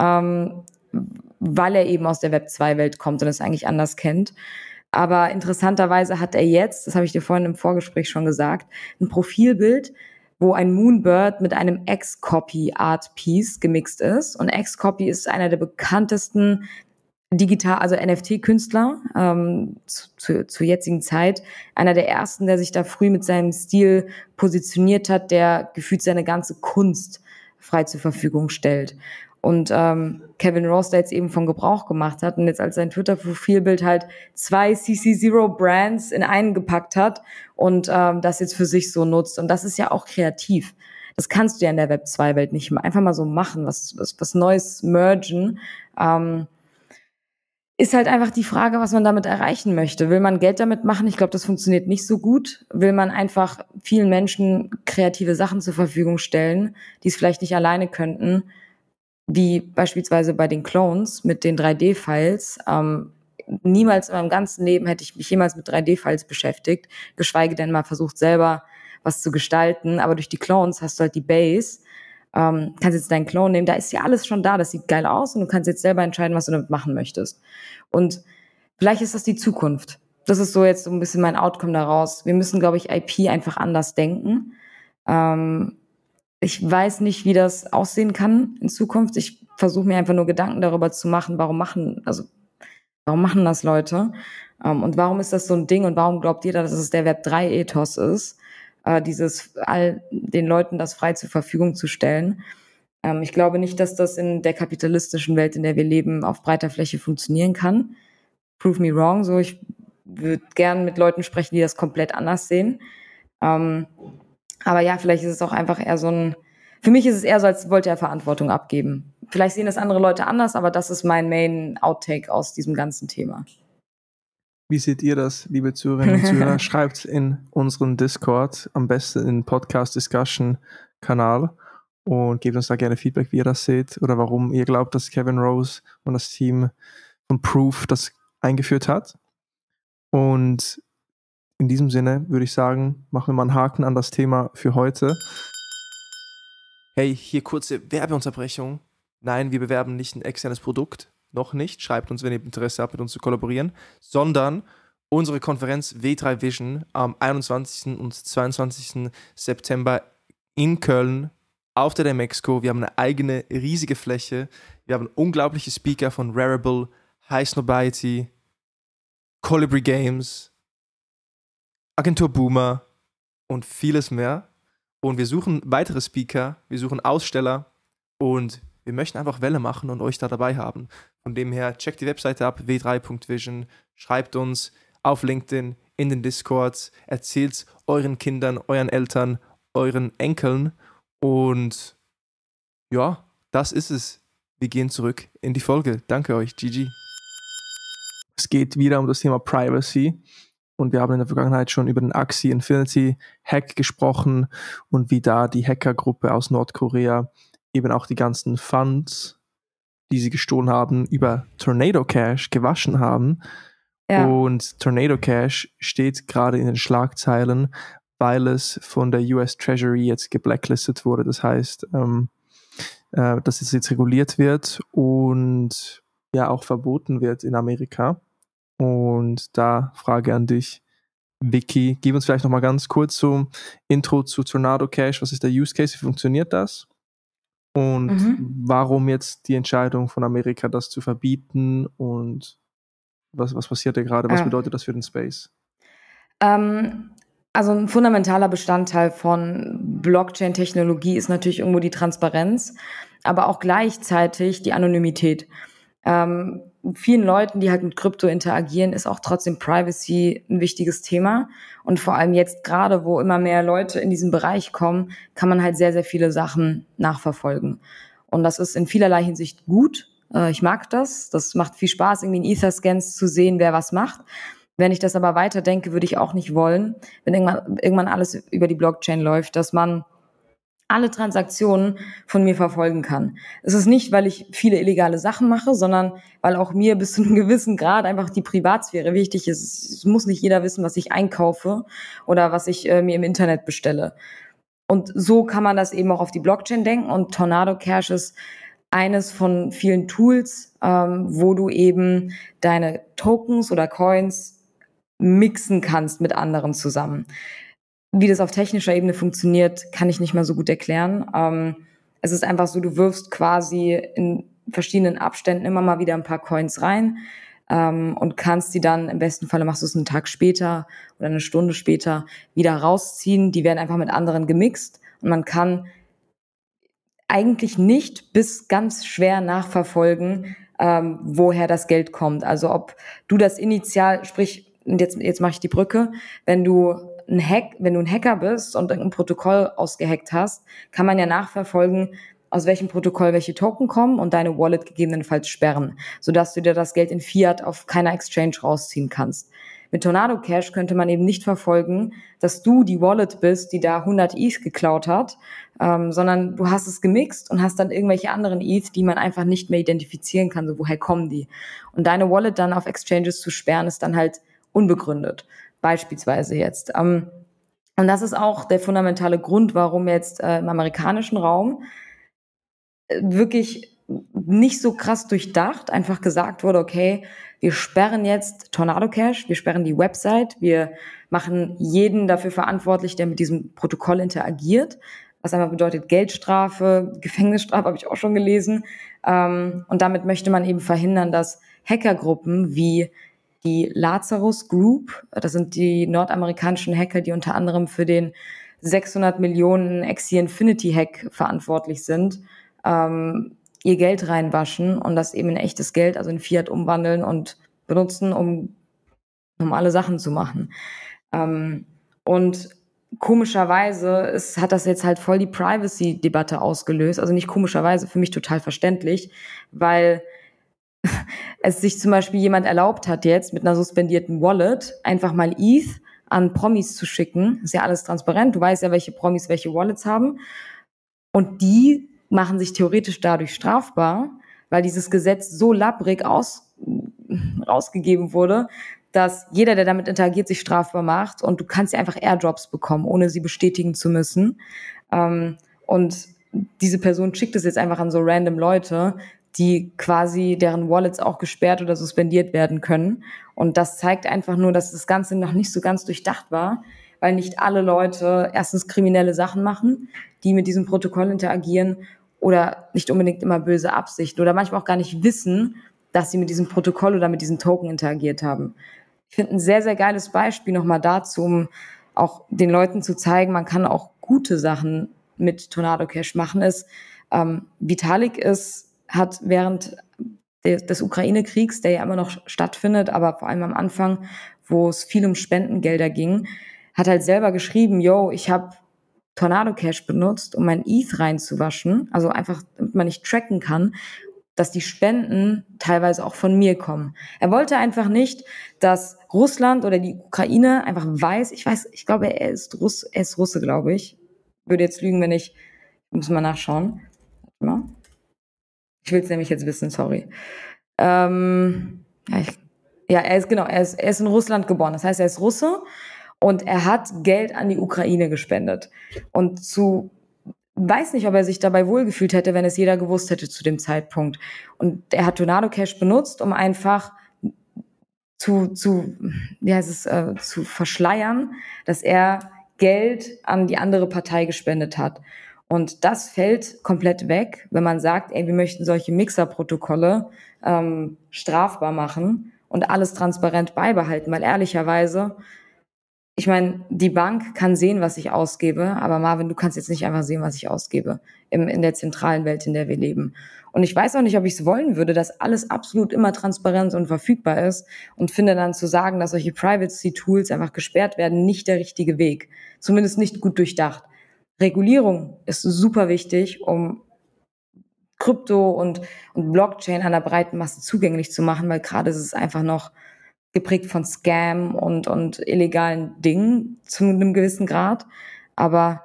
weil er eben aus der Web2-Welt kommt und es eigentlich anders kennt. Aber interessanterweise hat er jetzt, das habe ich dir vorhin im Vorgespräch schon gesagt, ein Profilbild, wo ein Moonbird mit einem X-Copy-Art-Piece gemixt ist. Und X-Copy ist einer der bekanntesten also NFT-Künstler zur jetzigen Zeit. Einer der ersten, der sich da früh mit seinem Stil positioniert hat, der gefühlt seine ganze Kunst frei zur Verfügung stellt. Und Kevin Rose, der jetzt eben von Gebrauch gemacht hat und jetzt als sein Twitter-Profilbild halt 2 CC0-Brands in einen gepackt hat und das jetzt für sich so nutzt. Und das ist ja auch kreativ. Das kannst du ja in der Web2-Welt nicht einfach mal so machen, was Neues mergen. Ist halt einfach die Frage, was man damit erreichen möchte. Will man Geld damit machen? Ich glaube, das funktioniert nicht so gut. Will man einfach vielen Menschen kreative Sachen zur Verfügung stellen, die es vielleicht nicht alleine könnten, wie beispielsweise bei den Clones mit den 3D-Files. Niemals in meinem ganzen Leben hätte ich mich jemals mit 3D-Files beschäftigt, geschweige denn mal versucht, selber was zu gestalten. Aber durch die Clones hast du halt die Base. Kannst jetzt deinen Clone nehmen, da ist ja alles schon da, das sieht geil aus und du kannst jetzt selber entscheiden, was du damit machen möchtest. Und vielleicht ist das die Zukunft. Das ist so jetzt so ein bisschen mein Outcome daraus. Wir müssen, glaube ich, IP einfach anders denken. Ich weiß nicht, wie das aussehen kann in Zukunft. Ich versuche mir einfach nur Gedanken darüber zu machen, warum machen das Leute? Und warum ist das so ein Ding? Und warum glaubt jeder, dass es der Web3-Ethos ist? Dieses all den Leuten das frei zur Verfügung zu stellen. Ich glaube nicht, dass das in der kapitalistischen Welt, in der wir leben, auf breiter Fläche funktionieren kann. Prove me wrong. So, ich würde gern mit Leuten sprechen, die das komplett anders sehen. Aber ja, vielleicht ist es auch einfach eher für mich ist es eher so, als wollte er Verantwortung abgeben. Vielleicht sehen das andere Leute anders, aber das ist mein Main Outtake aus diesem ganzen Thema. Wie seht ihr das, liebe Zuhörerinnen und Zuhörer? Schreibt in unseren Discord, am besten in Podcast-Discussion-Kanal und gebt uns da gerne Feedback, wie ihr das seht oder warum ihr glaubt, dass Kevin Rose und das Team von Proof das eingeführt hat. Und in diesem Sinne würde ich sagen, machen wir mal einen Haken an das Thema für heute. Hey, hier kurze Werbeunterbrechung. Nein, wir bewerben nicht ein externes Produkt. Noch nicht. Schreibt uns, wenn ihr Interesse habt, mit uns zu kollaborieren. Sondern unsere Konferenz W3 Vision am 21. und 22. September in Köln auf der Demexco. Wir haben eine eigene riesige Fläche. Wir haben unglaubliche Speaker von Rarible, High Snobiety, Colibri Games, Agentur Boomer und vieles mehr. Und wir suchen weitere Speaker, wir suchen Aussteller und wir möchten einfach Welle machen und euch da dabei haben. Von dem her, checkt die Webseite ab, w3.vision, schreibt uns auf LinkedIn, in den Discords, erzählt euren Kindern, euren Eltern, euren Enkeln und ja, das ist es. Wir gehen zurück in die Folge. Danke euch, GG. Es geht wieder um das Thema Privacy. Und wir haben in der Vergangenheit schon über den Axie Infinity Hack gesprochen und wie da die Hackergruppe aus Nordkorea eben auch die ganzen Funds, die sie gestohlen haben, über Tornado Cash gewaschen haben. Ja. Und Tornado Cash steht gerade in den Schlagzeilen, weil es von der US Treasury jetzt geblacklistet wurde. Das heißt, dass es jetzt reguliert wird und ja auch verboten wird in Amerika. Und da Frage an dich, Vicky, gib uns vielleicht nochmal ganz kurz so Intro zu Tornado Cash. Was ist der Use Case? Wie funktioniert das? Und warum jetzt die Entscheidung von Amerika, das zu verbieten? Und was passiert da gerade? Was bedeutet das für den Space? Also ein fundamentaler Bestandteil von Blockchain-Technologie ist natürlich irgendwo die Transparenz, aber auch gleichzeitig die Anonymität. Vielen Leuten, die halt mit Krypto interagieren, ist auch trotzdem Privacy ein wichtiges Thema. Und vor allem jetzt gerade, wo immer mehr Leute in diesen Bereich kommen, kann man halt sehr, sehr viele Sachen nachverfolgen. Und das ist in vielerlei Hinsicht gut. Ich mag das. Das macht viel Spaß, irgendwie in Ether-Scans zu sehen, wer was macht. Wenn ich das aber weiterdenke, würde ich auch nicht wollen, wenn irgendwann alles über die Blockchain läuft, dass man alle Transaktionen von mir verfolgen kann. Es ist nicht, weil ich viele illegale Sachen mache, sondern weil auch mir bis zu einem gewissen Grad einfach die Privatsphäre wichtig ist. Es muss nicht jeder wissen, was ich einkaufe oder was ich mir im Internet bestelle. Und so kann man das eben auch auf die Blockchain denken. Und Tornado Cash ist eines von vielen Tools, wo du eben deine Tokens oder Coins mixen kannst mit anderen zusammen. Wie das auf technischer Ebene funktioniert, kann ich nicht mal so gut erklären. Es ist einfach so, du wirfst quasi in verschiedenen Abständen immer mal wieder ein paar Coins rein und kannst die dann, im besten Falle machst du es einen Tag später oder eine Stunde später, wieder rausziehen. Die werden einfach mit anderen gemixt und man kann eigentlich nicht bis ganz schwer nachverfolgen, woher das Geld kommt. Also ob du das initial, sprich, und jetzt mache ich die Brücke, wenn du ein Hacker bist und ein Protokoll ausgehackt hast, kann man ja nachverfolgen, aus welchem Protokoll welche Token kommen und deine Wallet gegebenenfalls sperren, sodass du dir das Geld in Fiat auf keiner Exchange rausziehen kannst. Mit Tornado Cash könnte man eben nicht verfolgen, dass du die Wallet bist, die da 100 ETH geklaut hat, sondern du hast es gemixt und hast dann irgendwelche anderen ETH, die man einfach nicht mehr identifizieren kann, so woher kommen die. Und deine Wallet dann auf Exchanges zu sperren, ist dann halt unbegründet, beispielsweise jetzt. Und das ist auch der fundamentale Grund, warum jetzt im amerikanischen Raum wirklich nicht so krass durchdacht einfach gesagt wurde, okay, wir sperren jetzt Tornado Cash, wir sperren die Website, wir machen jeden dafür verantwortlich, der mit diesem Protokoll interagiert, was einmal bedeutet Geldstrafe, Gefängnisstrafe, habe ich auch schon gelesen. Und damit möchte man eben verhindern, dass Hackergruppen wie die Lazarus Group, das sind die nordamerikanischen Hacker, die unter anderem für den 600 Millionen Axie Infinity Hack verantwortlich sind, ihr Geld reinwaschen und das eben in echtes Geld, also in Fiat umwandeln und benutzen, um normale Sachen zu machen. Und komischerweise hat das jetzt halt voll die Privacy-Debatte ausgelöst. Also nicht komischerweise, für mich total verständlich, weil es sich zum Beispiel jemand erlaubt hat, jetzt mit einer suspendierten Wallet einfach mal ETH an Promis zu schicken. Ist ja alles transparent. Du weißt ja, welche Promis welche Wallets haben. Und die machen sich theoretisch dadurch strafbar, weil dieses Gesetz so labbrig rausgegeben wurde, dass jeder, der damit interagiert, sich strafbar macht und du kannst ja einfach Airdrops bekommen, ohne sie bestätigen zu müssen. Und diese Person schickt es jetzt einfach an so random Leute, die quasi deren Wallets auch gesperrt oder suspendiert werden können. Und das zeigt einfach nur, dass das Ganze noch nicht so ganz durchdacht war, weil nicht alle Leute erstens kriminelle Sachen machen, die mit diesem Protokoll interagieren oder nicht unbedingt immer böse Absichten oder manchmal auch gar nicht wissen, dass sie mit diesem Protokoll oder mit diesem Token interagiert haben. Ich finde ein sehr, sehr geiles Beispiel nochmal dazu, um auch den Leuten zu zeigen, man kann auch gute Sachen mit Tornado Cash machen, ist, Vitalik hat während des Ukraine-Kriegs, der ja immer noch stattfindet, aber vor allem am Anfang, wo es viel um Spendengelder ging, hat halt selber geschrieben, yo, ich habe Tornado Cash benutzt, um mein ETH reinzuwaschen, also einfach, damit man nicht tracken kann, dass die Spenden teilweise auch von mir kommen. Er wollte einfach nicht, dass Russland oder die Ukraine einfach weiß, ich glaube, er ist Russe, glaube ich. Würde jetzt lügen, wenn ich muss mal nachschauen. Warte mal. Ich will es nämlich jetzt wissen, sorry. Er ist in Russland geboren. Das heißt, er ist Russe und er hat Geld an die Ukraine gespendet. Und weiß nicht, ob er sich dabei wohlgefühlt hätte, wenn es jeder gewusst hätte zu dem Zeitpunkt. Und er hat Tornado Cash benutzt, um einfach zu verschleiern, dass er Geld an die andere Partei gespendet hat. Und das fällt komplett weg, wenn man sagt, wir möchten solche Mixer-Protokolle strafbar machen und alles transparent beibehalten, weil ehrlicherweise, ich meine, die Bank kann sehen, was ich ausgebe, aber Marvin, du kannst jetzt nicht einfach sehen, was ich ausgebe in der zentralen Welt, in der wir leben. Und ich weiß auch nicht, ob ich es wollen würde, dass alles absolut immer transparent und verfügbar ist und finde dann zu sagen, dass solche Privacy-Tools einfach gesperrt werden, nicht der richtige Weg. Zumindest nicht gut durchdacht. Regulierung ist super wichtig, um Krypto und Blockchain einer breiten Masse zugänglich zu machen, weil gerade ist es einfach noch geprägt von Scam und illegalen Dingen zu einem gewissen Grad. Aber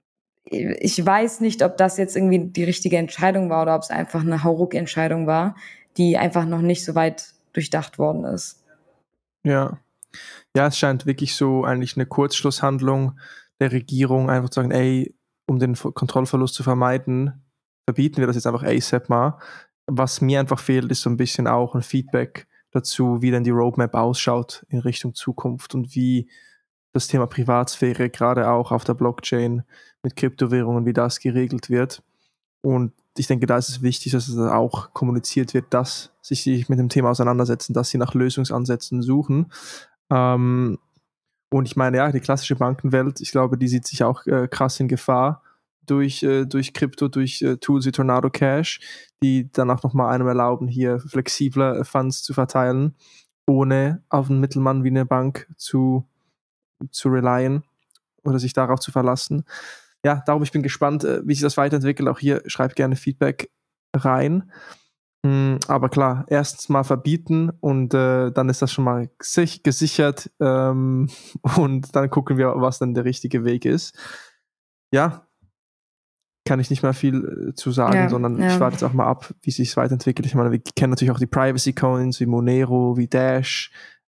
ich weiß nicht, ob das jetzt irgendwie die richtige Entscheidung war oder ob es einfach eine Hauruck-Entscheidung war, die einfach noch nicht so weit durchdacht worden ist. Ja. Ja, es scheint wirklich so eigentlich eine Kurzschlusshandlung der Regierung, einfach zu sagen, um den Kontrollverlust zu vermeiden, verbieten wir das jetzt einfach ASAP mal. Was mir einfach fehlt, ist so ein bisschen auch ein Feedback dazu, wie denn die Roadmap ausschaut in Richtung Zukunft und wie das Thema Privatsphäre gerade auch auf der Blockchain mit Kryptowährungen, wie das geregelt wird. Und ich denke, da ist es wichtig, dass es auch kommuniziert wird, dass sie sich mit dem Thema auseinandersetzen, dass sie nach Lösungsansätzen suchen. Und ich meine, ja, die klassische Bankenwelt, ich glaube, die sieht sich auch krass in Gefahr durch Krypto, durch Tools wie Tornado Cash, die dann auch nochmal einem erlauben, hier flexibler Funds zu verteilen, ohne auf einen Mittelmann wie eine Bank zu relyen oder sich darauf zu verlassen. Ja, darum, ich bin gespannt, wie sich das weiterentwickelt. Auch hier schreibt gerne Feedback rein. Aber klar, erstens mal verbieten und dann ist das schon mal gesichert und dann gucken wir, was dann der richtige Weg ist. Ja, kann ich nicht mehr viel zu sagen, sondern ich warte jetzt auch mal ab, wie sich es weiterentwickelt. Ich meine, wir kennen natürlich auch die Privacy-Coins wie Monero, wie Dash.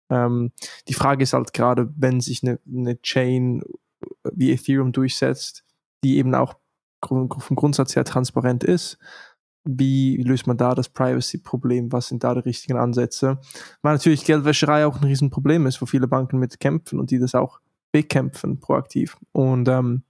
Die Frage ist halt gerade, wenn sich eine Chain wie Ethereum durchsetzt, die eben auch vom Grundsatz her transparent ist, wie löst man da das Privacy-Problem? Was sind da die richtigen Ansätze? Weil natürlich Geldwäscherei auch ein Riesenproblem ist, wo viele Banken mit kämpfen und die das auch bekämpfen, proaktiv. Und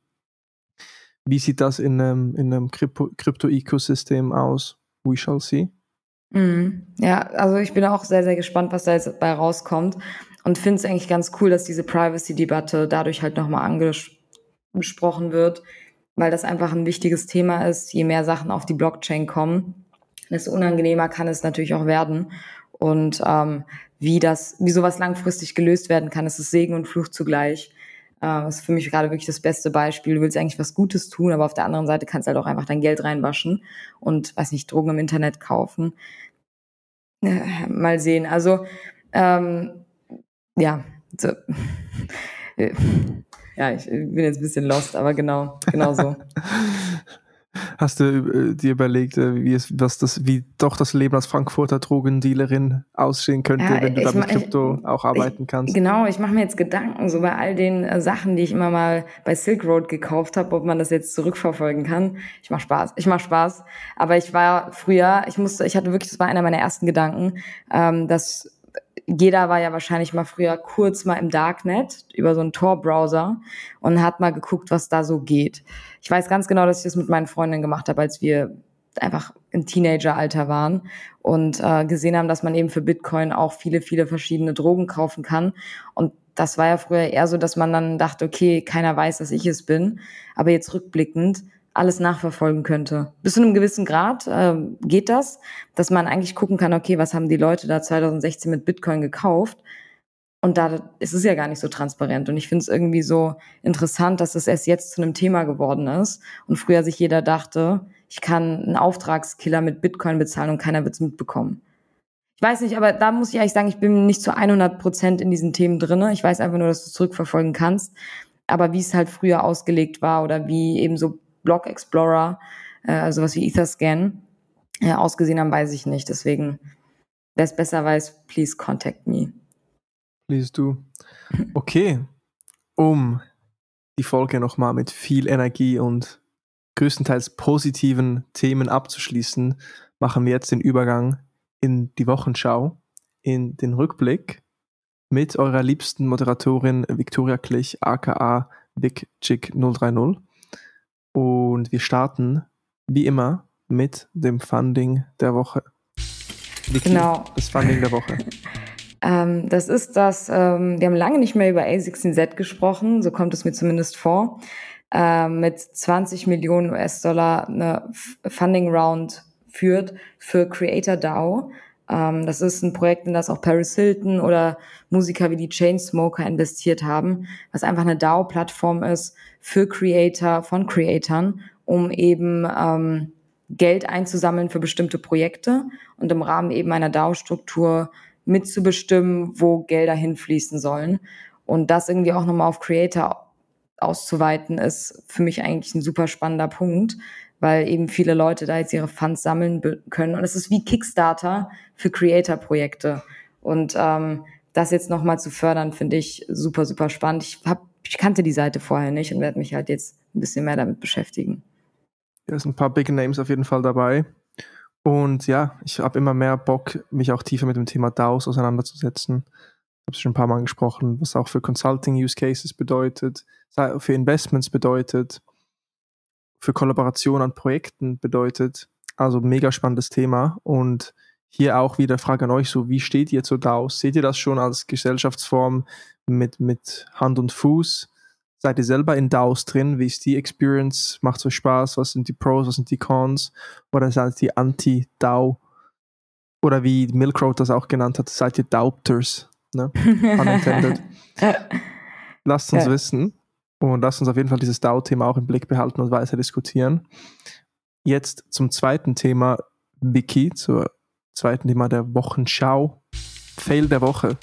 wie sieht das in einem Krypto-Ökosystem aus? We shall see. Ja, also ich bin auch sehr, sehr gespannt, was da jetzt bei rauskommt und finde es eigentlich ganz cool, dass diese Privacy-Debatte dadurch halt nochmal angesprochen wird, weil das einfach ein wichtiges Thema ist. Je mehr Sachen auf die Blockchain kommen, desto unangenehmer kann es natürlich auch werden. Und wie sowas langfristig gelöst werden kann, ist es Segen und Fluch zugleich. Das ist für mich gerade wirklich das beste Beispiel. Du willst eigentlich was Gutes tun, aber auf der anderen Seite kannst du halt auch einfach dein Geld reinwaschen und, weiß nicht, Drogen im Internet kaufen. Mal sehen. Also, ja, so. Ja, ich bin jetzt ein bisschen lost, aber genau so. Hast du dir überlegt, wie doch das Leben als Frankfurter Drogendealerin aussehen könnte, wenn du da mit Krypto auch arbeiten kannst? Genau, ich mache mir jetzt Gedanken, so bei all den Sachen, die ich immer mal bei Silk Road gekauft habe, ob man das jetzt zurückverfolgen kann. Ich mach Spaß. Aber ich war früher, das war einer meiner ersten Gedanken, dass jeder war ja wahrscheinlich mal früher kurz mal im Darknet über so einen Tor-Browser und hat mal geguckt, was da so geht. Ich weiß ganz genau, dass ich das mit meinen Freundinnen gemacht habe, als wir einfach im Teenageralter waren und gesehen haben, dass man eben für Bitcoin auch viele, viele verschiedene Drogen kaufen kann. Und das war ja früher eher so, dass man dann dachte, okay, keiner weiß, dass ich es bin. Aber jetzt rückblickend alles nachverfolgen könnte. Bis zu einem gewissen Grad geht das, dass man eigentlich gucken kann, okay, was haben die Leute da 2016 mit Bitcoin gekauft? Und da ist es ja gar nicht so transparent. Und ich finde es irgendwie so interessant, dass es erst jetzt zu einem Thema geworden ist. Und früher sich jeder dachte, ich kann einen Auftragskiller mit Bitcoin bezahlen und keiner wird es mitbekommen. Ich weiß nicht, aber da muss ich ehrlich sagen, ich bin nicht zu 100% in diesen Themen drinne. Ich weiß einfach nur, dass du es zurückverfolgen kannst. Aber wie es halt früher ausgelegt war oder wie eben so Block Explorer, also was wie Etherscan, ausgesehen haben, weiß ich nicht. Deswegen, wer es besser weiß, please contact me. Liest du. Okay, um die Folge nochmal mit viel Energie und größtenteils positiven Themen abzuschließen, machen wir jetzt den Übergang in die Wochenschau, in den Rückblick mit eurer liebsten Moderatorin Viktoria Klich, aka VicChick030. Und wir starten, wie immer, mit dem Funding der Woche. Vicky, Genau. das Funding der Woche. Das ist das, wir haben lange nicht mehr über A16Z gesprochen, so kommt es mir zumindest vor, mit 20 Millionen US-Dollar eine Funding Round führt für Creator DAO. Das ist ein Projekt, in das auch Paris Hilton oder Musiker wie die Chainsmoker investiert haben, was einfach eine DAO-Plattform ist für Creator, von Creatoren, um eben Geld einzusammeln für bestimmte Projekte und im Rahmen eben einer DAO-Struktur mitzubestimmen, wo Gelder hinfließen sollen. Und das irgendwie auch nochmal auf Creator auszuweiten, ist für mich eigentlich ein super spannender Punkt, weil eben viele Leute da jetzt ihre Funds sammeln können. Und es ist wie Kickstarter für Creator-Projekte. Und das jetzt nochmal zu fördern, finde ich super, super spannend. Ich kannte die Seite vorher nicht und werde mich halt jetzt ein bisschen mehr damit beschäftigen. Da sind ein paar Big Names auf jeden Fall dabei. Und ja, ich habe immer mehr Bock, mich auch tiefer mit dem Thema DAOs auseinanderzusetzen. Ich habe es schon ein paar Mal angesprochen, was auch für Consulting-Use-Cases bedeutet, für Investments bedeutet, für Kollaboration an Projekten bedeutet. Also mega spannendes Thema. Und hier auch wieder Frage an euch, so wie steht ihr zu DAOs? Seht ihr das schon als Gesellschaftsform mit Hand und Fuß? Seid ihr selber in DAOs drin? Wie ist die Experience? Macht es euch Spaß? Was sind die Pros? Was sind die Cons? Oder seid ihr Anti-DAO? Oder wie Milk Road das auch genannt hat, seid ihr Doubters? Ne? Unintended. Lasst uns wissen. Und lasst uns auf jeden Fall dieses DAO-Thema auch im Blick behalten und weiter diskutieren. Jetzt zum zweiten Thema, Vicky, zur zweiten Thema der Wochenschau. Fail der Woche.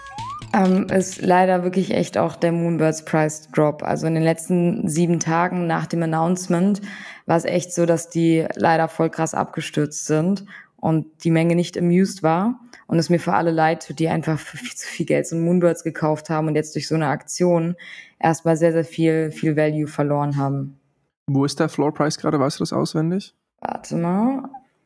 Ist leider wirklich echt auch der Moonbirds Price Drop. Also in den letzten 7 Tagen nach dem Announcement war es echt so, dass die leider voll krass abgestürzt sind und die Menge nicht amused war. Und es mir für alle leid tut, die einfach für viel zu viel Geld so Moonbirds gekauft haben und jetzt durch so eine Aktion erstmal sehr, sehr viel Value verloren haben. Wo ist der Floor Price gerade? Weißt du das auswendig? Warte mal.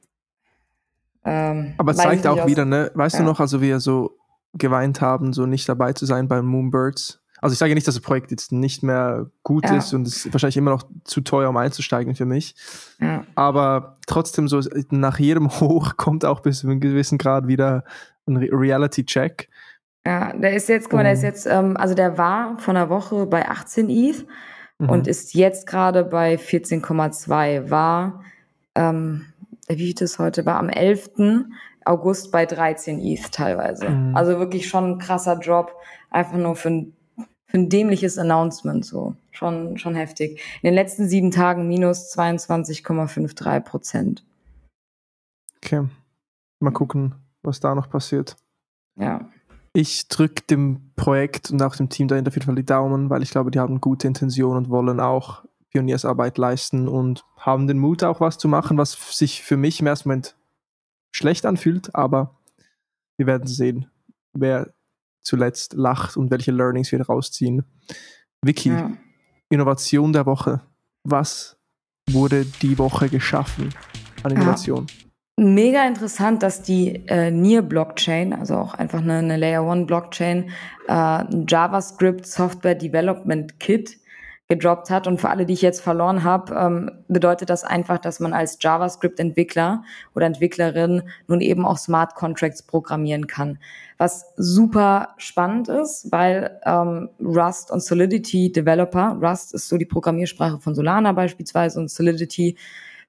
Aber es zeigt auch wieder, ne? Weißt du noch, also wir so geweint haben, so nicht dabei zu sein bei Moonbirds. Also ich sage nicht, dass das Projekt jetzt nicht mehr gut ist und es ist wahrscheinlich immer noch zu teuer, um einzusteigen für mich. Ja. Aber trotzdem so, nach jedem Hoch kommt auch bis zu einem gewissen Grad wieder ein Reality-Check. Ja, der ist jetzt, also der war vor einer Woche bei 18 ETH und ist jetzt gerade bei 14,2. War, wie viel das heute war, am 11. August bei 13 ETH teilweise. Also wirklich schon ein krasser Drop, einfach nur für ein dämliches Announcement, so. Schon heftig. In den letzten 7 Tagen minus 22,53%. Okay. Mal gucken, was da noch passiert. Ja. Ich drücke dem Projekt und auch dem Team dahinter auf jeden Fall die Daumen, weil ich glaube, die haben gute Intention und wollen auch Pioniersarbeit leisten und haben den Mut auch was zu machen, was sich für mich im ersten Moment schlecht anfühlt, aber wir werden sehen, wer zuletzt lacht und welche Learnings wir rausziehen. Vicky, Innovation der Woche. Was wurde die Woche geschaffen an Innovation? Mega interessant, dass die Near-Blockchain, also auch einfach eine Layer-1-Blockchain, ein JavaScript Software Development Kit gedroppt hat. Und für alle, die ich jetzt verloren habe, bedeutet das einfach, dass man als JavaScript-Entwickler oder Entwicklerin nun eben auch Smart Contracts programmieren kann. Was super spannend ist, weil Rust und Solidity Developer, Rust ist so die Programmiersprache von Solana beispielsweise und Solidity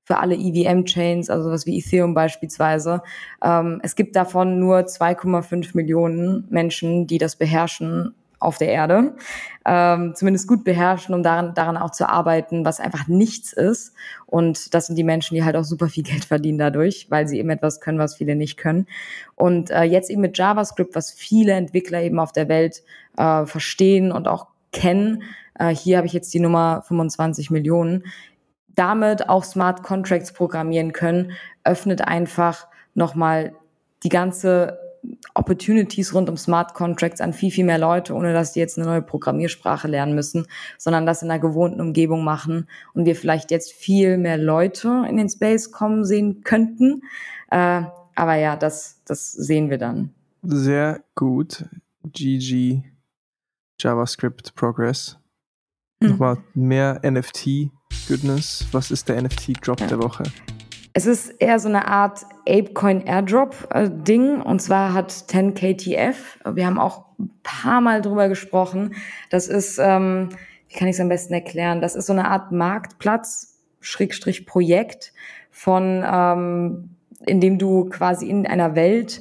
für alle EVM-Chains, also was wie Ethereum beispielsweise. Es gibt davon nur 2,5 Millionen Menschen, die das beherrschen auf der Erde, zumindest gut beherrschen, um daran auch zu arbeiten, was einfach nichts ist. Und das sind die Menschen, die halt auch super viel Geld verdienen dadurch, weil sie eben etwas können, was viele nicht können. Und jetzt eben mit JavaScript, was viele Entwickler eben auf der Welt verstehen und auch kennen, hier habe ich jetzt die Nummer 25 Millionen, damit auch Smart Contracts programmieren können, öffnet einfach nochmal die ganze Opportunities rund um Smart Contracts an viel, viel mehr Leute, ohne dass die jetzt eine neue Programmiersprache lernen müssen, sondern das in einer gewohnten Umgebung machen und wir vielleicht jetzt viel mehr Leute in den Space kommen sehen könnten. Aber ja, das sehen wir dann. Sehr gut. GG JavaScript Progress. Nochmal mehr NFT-Goodness. Was ist der NFT-Drop der Woche? Es ist eher so eine Art Apecoin Airdrop-Ding. Und zwar hat 10KTF, wir haben auch ein paar Mal drüber gesprochen, das ist, wie kann ich es am besten erklären, das ist so eine Art Marktplatz, Projekt von, in dem du quasi in einer Welt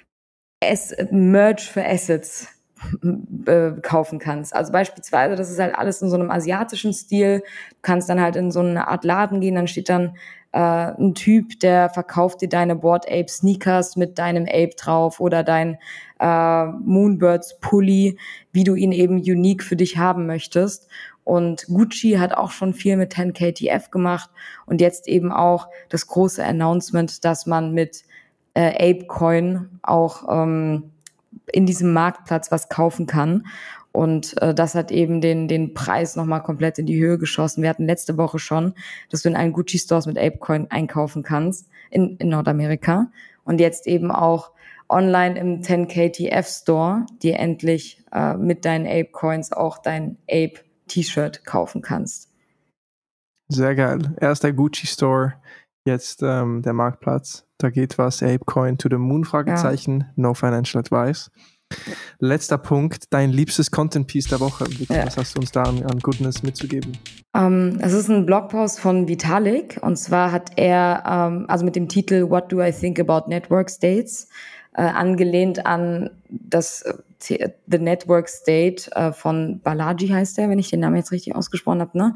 Merge für Assets kaufen kannst. Also beispielsweise, das ist halt alles in so einem asiatischen Stil. Du kannst dann halt in so eine Art Laden gehen, dann steht dann ein Typ, der verkauft dir deine Bored Ape Sneakers mit deinem Ape drauf oder dein Moonbirds Pulli, wie du ihn eben unique für dich haben möchtest. Und Gucci hat auch schon viel mit 10KTF gemacht und jetzt eben auch das große Announcement, dass man mit Apecoin auch in diesem Marktplatz was kaufen kann. Und das hat eben den Preis nochmal komplett in die Höhe geschossen. Wir hatten letzte Woche schon, dass du in allen Gucci-Stores mit Apecoin einkaufen kannst in Nordamerika. Und jetzt eben auch online im 10KTF-Store dir endlich mit deinen Apecoins auch dein Ape-T-Shirt kaufen kannst. Sehr geil. Erst der Gucci-Store, jetzt der Marktplatz. Da geht was. Apecoin to the Moon, Fragezeichen. Ja. No financial advice. Letzter Punkt, dein liebstes Content-Piece der Woche. Ja. Was hast du uns da an Goodness mitzugeben? Es ist ein Blogpost von Vitalik und zwar hat er, also mit dem Titel What do I think about network states, angelehnt an das The Network State von Balaji heißt der, wenn ich den Namen jetzt richtig ausgesprochen habe, ne?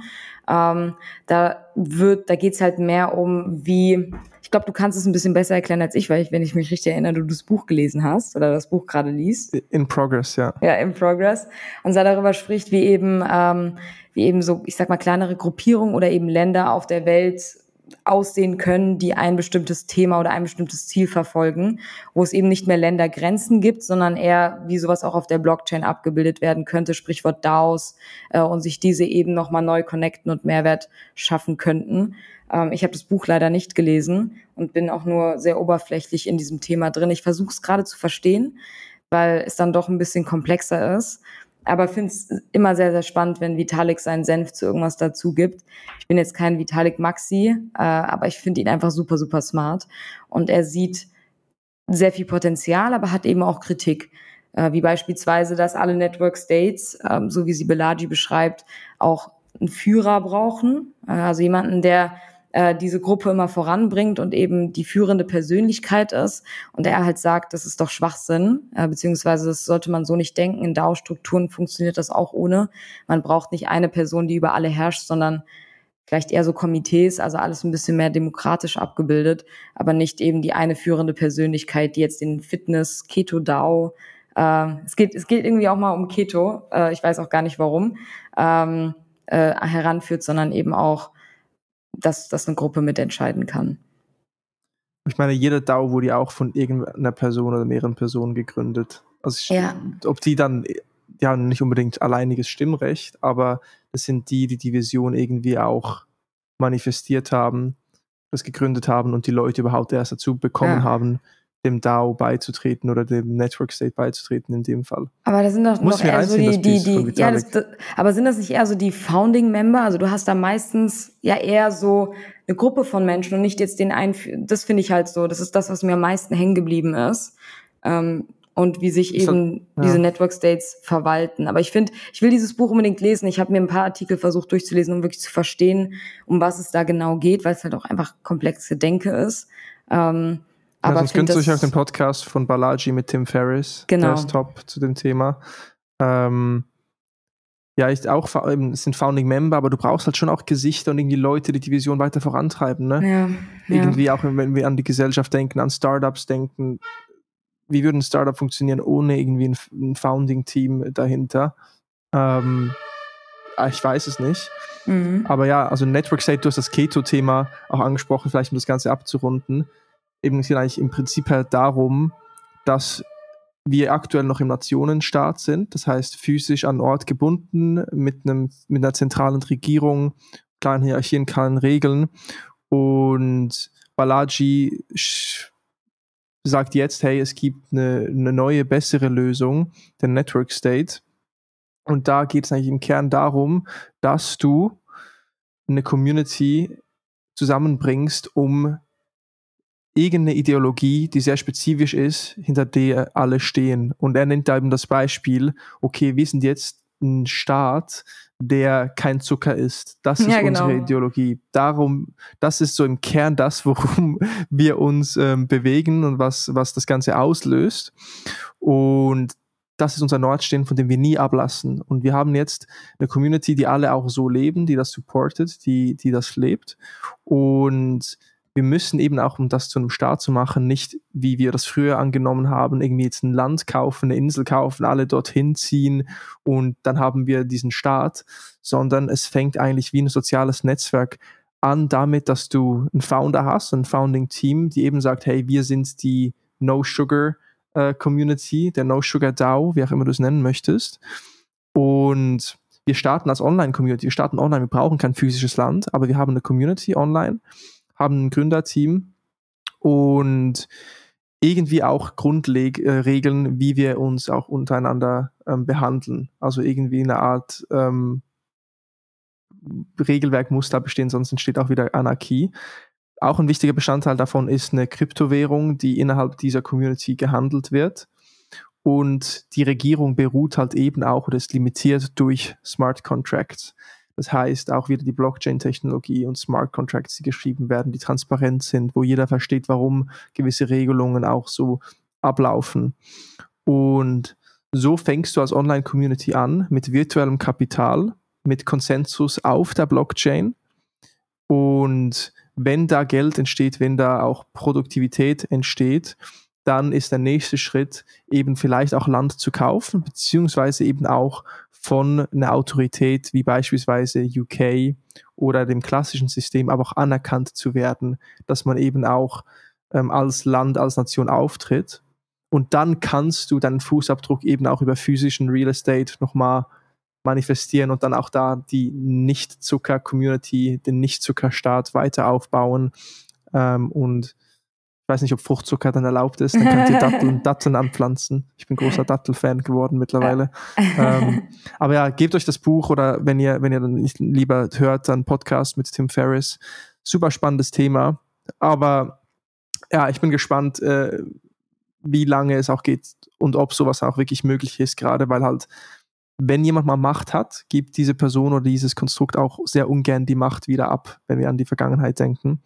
Da geht's halt mehr um wie, ich glaube, du kannst es ein bisschen besser erklären als ich, weil wenn ich mich richtig erinnere, du das Buch gelesen hast oder das Buch gerade liest. In Progress, ja. Ja, in Progress. Und da darüber spricht, wie eben so, ich sag mal, kleinere Gruppierungen oder eben Länder auf der Welt aussehen können, die ein bestimmtes Thema oder ein bestimmtes Ziel verfolgen, wo es eben nicht mehr Ländergrenzen gibt, sondern eher wie sowas auch auf der Blockchain abgebildet werden könnte, Sprichwort DAOs, und sich diese eben nochmal neu connecten und Mehrwert schaffen könnten. Ich habe das Buch leider nicht gelesen und bin auch nur sehr oberflächlich in diesem Thema drin. Ich versuche es gerade zu verstehen, weil es dann doch ein bisschen komplexer ist. Aber finde es immer sehr, sehr spannend, wenn Vitalik seinen Senf zu irgendwas dazu gibt. Ich bin jetzt kein Vitalik Maxi, aber ich finde ihn einfach super, super smart. Und er sieht sehr viel Potenzial, aber hat eben auch Kritik. Wie beispielsweise, dass alle Network States, so wie sie Balaji beschreibt, auch einen Führer brauchen. Also jemanden, der diese Gruppe immer voranbringt und eben die führende Persönlichkeit ist. Und er halt sagt, das ist doch Schwachsinn, beziehungsweise das sollte man so nicht denken. In DAO-Strukturen funktioniert das auch ohne. Man braucht nicht eine Person, die über alle herrscht, sondern vielleicht eher so Komitees, also alles ein bisschen mehr demokratisch abgebildet, aber nicht eben die eine führende Persönlichkeit, die jetzt den Fitness, Keto-DAO, es geht irgendwie auch mal um Keto, ich weiß auch gar nicht warum, heranführt, sondern eben auch dass eine Gruppe mitentscheiden kann. Ich meine, jeder DAO wurde ja auch von irgendeiner Person oder mehreren Personen gegründet. Also ob die haben nicht unbedingt alleiniges Stimmrecht, aber das sind die Vision irgendwie auch manifestiert haben, das gegründet haben und die Leute überhaupt erst dazu bekommen haben, dem DAO beizutreten oder dem Network State beizutreten in dem Fall. Aber das sind doch noch eher so aber sind das nicht eher so die Founding Member? Also du hast da meistens ja eher so eine Gruppe von Menschen und nicht jetzt den einen, das finde ich halt so, das ist das, was mir am meisten hängen geblieben ist. und wie sich eben diese Network States verwalten. Aber ich finde, ich will dieses Buch unbedingt lesen. Ich habe mir ein paar Artikel versucht durchzulesen, um wirklich zu verstehen, um was es da genau geht, weil es halt auch einfach komplexe Denke ist. Aber sonst könnt ihr euch auf den Podcast von Balaji mit Tim Ferriss, der ist top zu dem Thema. Ja, es sind Founding Member, aber du brauchst halt schon auch Gesichter und irgendwie Leute, die Vision weiter vorantreiben, ne? Ja. Irgendwie auch, wenn wir an die Gesellschaft denken, an Startups denken, wie würde ein Startup funktionieren ohne irgendwie ein Founding-Team dahinter? Ich weiß es nicht. Aber ja, also Network State, du hast das Keto-Thema auch angesprochen, vielleicht um das Ganze abzurunden. Eben geht eigentlich im Prinzip halt darum, dass wir aktuell noch im Nationenstaat sind, das heißt physisch an Ort gebunden, mit einer zentralen Regierung, klaren Hierarchien, klaren Regeln. Und Balaji sagt jetzt, hey, es gibt eine neue, bessere Lösung, der Network State. Und da geht es eigentlich im Kern darum, dass du eine Community zusammenbringst, um irgendeine Ideologie, die sehr spezifisch ist, hinter der alle stehen. Und er nennt da eben das Beispiel, okay, wir sind jetzt ein Staat, der kein Zucker isst. Das ist unsere Ideologie. Das ist so im Kern das, worum wir uns bewegen und was das Ganze auslöst. Und das ist unser Nordstern, von dem wir nie ablassen. Und wir haben jetzt eine Community, die alle auch so leben, die das supportet, die das lebt. Und wir müssen eben auch, um das zu einem Staat zu machen, nicht, wie wir das früher angenommen haben, irgendwie jetzt ein Land kaufen, eine Insel kaufen, alle dorthin ziehen und dann haben wir diesen Staat, sondern es fängt eigentlich wie ein soziales Netzwerk an damit, dass du einen Founder hast, ein Founding-Team, die eben sagt, hey, wir sind die No-Sugar-Community, der No-Sugar-DAO, wie auch immer du es nennen möchtest. Und wir starten als Online-Community, wir starten online, wir brauchen kein physisches Land, aber wir haben eine Community online, haben ein Gründerteam und irgendwie auch Grundregeln, wie wir uns auch untereinander behandeln. Also irgendwie eine Art Regelwerk muss da bestehen, sonst entsteht auch wieder Anarchie. Auch ein wichtiger Bestandteil davon ist eine Kryptowährung, die innerhalb dieser Community gehandelt wird. Und die Regierung beruht halt eben auch oder ist limitiert durch Smart Contracts. Das heißt, auch wieder die Blockchain-Technologie und Smart Contracts, die geschrieben werden, die transparent sind, wo jeder versteht, warum gewisse Regelungen auch so ablaufen. Und so fängst du als Online-Community an mit virtuellem Kapital, mit Konsensus auf der Blockchain. Und wenn da Geld entsteht, wenn da auch Produktivität entsteht, dann ist der nächste Schritt eben vielleicht auch Land zu kaufen, beziehungsweise eben auch von einer Autorität wie beispielsweise UK oder dem klassischen System aber auch anerkannt zu werden, dass man eben auch als Land, als Nation auftritt. Und dann kannst du deinen Fußabdruck eben auch über physischen Real Estate nochmal manifestieren und dann auch da die Nicht-Zucker-Community, den Nicht-Zucker-Staat weiter aufbauen. Und ich weiß nicht, ob Fruchtzucker dann erlaubt ist, dann könnt ihr Datteln anpflanzen. Ich bin großer Dattel-Fan geworden mittlerweile. Aber ja, gebt euch das Buch oder wenn ihr dann nicht lieber hört, dann Podcast mit Tim Ferriss. Super spannendes Thema. Aber ja, ich bin gespannt, wie lange es auch geht und ob sowas auch wirklich möglich ist, gerade weil halt, wenn jemand mal Macht hat, gibt diese Person oder dieses Konstrukt auch sehr ungern die Macht wieder ab, wenn wir an die Vergangenheit denken.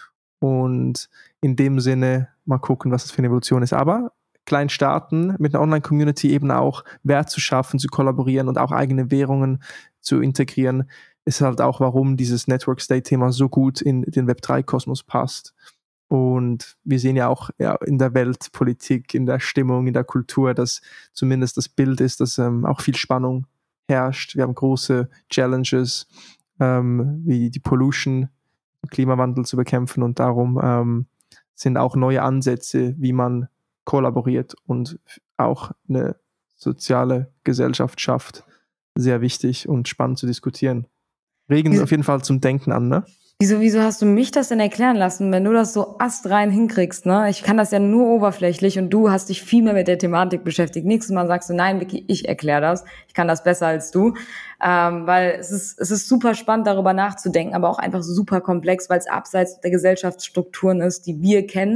Und in dem Sinne mal gucken, was das für eine Evolution ist. Aber klein starten, mit einer Online-Community eben auch Wert zu schaffen, zu kollaborieren und auch eigene Währungen zu integrieren, ist halt auch, warum dieses Network-State-Thema so gut in den Web3-Kosmos passt. Und wir sehen ja auch in der Weltpolitik, in der Stimmung, in der Kultur, dass zumindest das Bild ist, dass auch viel Spannung herrscht. Wir haben große Challenges, wie die Pollution, Klimawandel zu bekämpfen und darum sind auch neue Ansätze, wie man kollaboriert und auch eine soziale Gesellschaft schafft, sehr wichtig und spannend zu diskutieren. Regen auf jeden Fall zum Denken an, ne? Wieso hast du mich das denn erklären lassen, wenn du das so astrein hinkriegst, ne? Ich kann das ja nur oberflächlich und du hast dich viel mehr mit der Thematik beschäftigt. Nächstes Mal sagst du, nein, Vicky, ich erkläre das. Ich kann das besser als du. Weil es ist super spannend, darüber nachzudenken, aber auch einfach super komplex, weil es abseits der Gesellschaftsstrukturen ist, die wir kennen.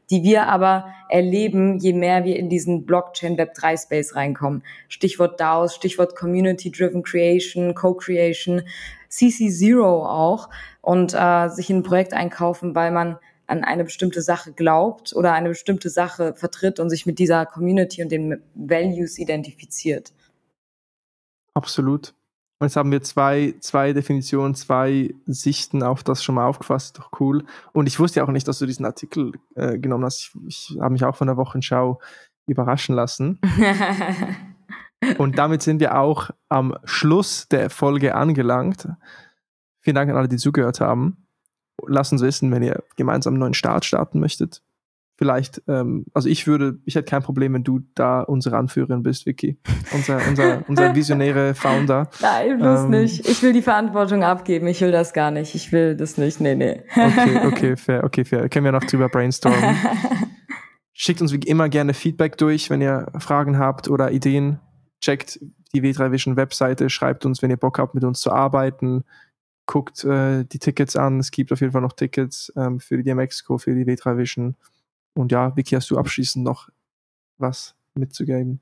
die wir aber erleben, je mehr wir in diesen Blockchain Web3 Space reinkommen. Stichwort DAOs, Stichwort Community-Driven Creation, Co-Creation, CC0 auch und sich in ein Projekt einkaufen, weil man an eine bestimmte Sache glaubt oder eine bestimmte Sache vertritt und sich mit dieser Community und den Values identifiziert. Absolut. Und jetzt haben wir zwei Definitionen, zwei Sichten auf das schon mal aufgefasst. Doch cool. Und ich wusste ja auch nicht, dass du diesen Artikel genommen hast. Ich habe mich auch von der Wochenschau überraschen lassen. Und damit sind wir auch am Schluss der Folge angelangt. Vielen Dank an alle, die zugehört haben. Lasst uns wissen, wenn ihr gemeinsam einen neuen Start starten möchtet. Vielleicht, also ich hätte kein Problem, wenn du da unsere Anführerin bist, Vicky. Unser visionäre Founder. Nein, bloß nicht. Ich will die Verantwortung abgeben. Ich will das gar nicht. Ich will das nicht. Nee. Okay, fair. Können wir noch drüber brainstormen. Schickt uns wie immer gerne Feedback durch, wenn ihr Fragen habt oder Ideen. Checkt die W3 Vision Webseite. Schreibt uns, wenn ihr Bock habt, mit uns zu arbeiten. Guckt die Tickets an. Es gibt auf jeden Fall noch Tickets für die DMX-Co, für die W3 Vision. Und ja, Vicky, hast du abschließend noch was mitzugeben?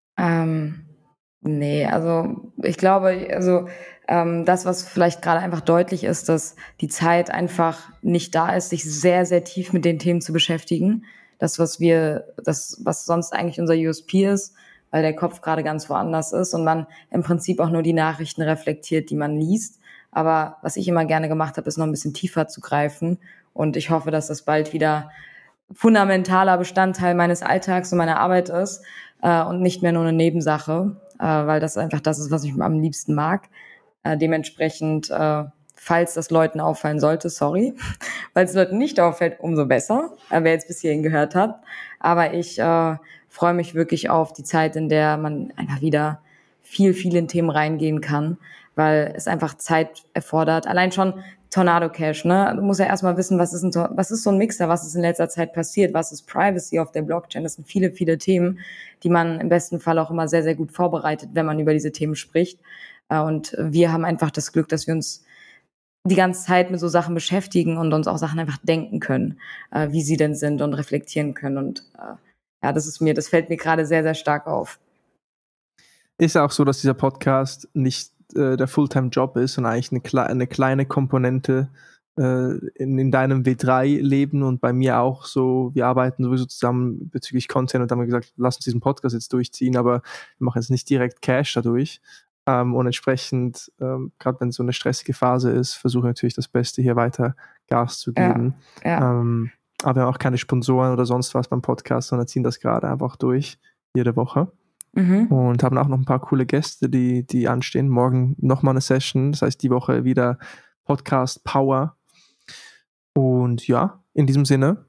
Nee, also ich glaube, das, was vielleicht gerade einfach deutlich ist, dass die Zeit einfach nicht da ist, sich sehr, sehr tief mit den Themen zu beschäftigen. Das, was sonst eigentlich unser USP ist, weil der Kopf gerade ganz woanders ist und man im Prinzip auch nur die Nachrichten reflektiert, die man liest. Aber was ich immer gerne gemacht habe, ist noch ein bisschen tiefer zu greifen. Und ich hoffe, dass das bald wieder fundamentaler Bestandteil meines Alltags und meiner Arbeit ist und nicht mehr nur eine Nebensache, weil das einfach das ist, was ich am liebsten mag. Dementsprechend, falls das Leuten auffallen sollte, sorry, weil es Leuten nicht auffällt, umso besser, wer jetzt bis hierhin gehört hat. Aber ich freue mich wirklich auf die Zeit, in der man einfach wieder viel in Themen reingehen kann, weil es einfach Zeit erfordert. Allein schon Tornado Cash, ne? Du musst ja erstmal wissen, was ist so ein Mixer, was ist in letzter Zeit passiert, was ist Privacy auf der Blockchain. Das sind viele Themen, die man im besten Fall auch immer sehr, sehr gut vorbereitet, wenn man über diese Themen spricht. Und wir haben einfach das Glück, dass wir uns die ganze Zeit mit so Sachen beschäftigen und uns auch Sachen einfach denken können, wie sie denn sind und reflektieren können. Und das fällt mir gerade sehr, sehr stark auf. Ist auch so, dass dieser Podcast nicht der Fulltime-Job ist, sondern eigentlich eine kleine Komponente in deinem W3-Leben und bei mir auch so. Wir arbeiten sowieso zusammen bezüglich Content und haben gesagt, lass uns diesen Podcast jetzt durchziehen, aber wir machen jetzt nicht direkt Cash dadurch. Und entsprechend, gerade wenn so eine stressige Phase ist, versuche ich natürlich das Beste hier weiter Gas zu geben. Ja. Aber wir haben auch keine Sponsoren oder sonst was beim Podcast, sondern ziehen das gerade einfach durch, jede Woche. Und haben auch noch ein paar coole Gäste, die anstehen. Morgen nochmal eine Session, das heißt die Woche wieder Podcast Power. Und ja, in diesem Sinne,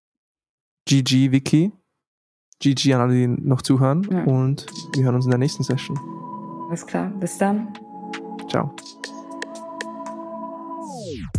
GG Vicky, GG an alle, die noch zuhören und wir hören uns in der nächsten Session. Alles klar, bis dann. Ciao.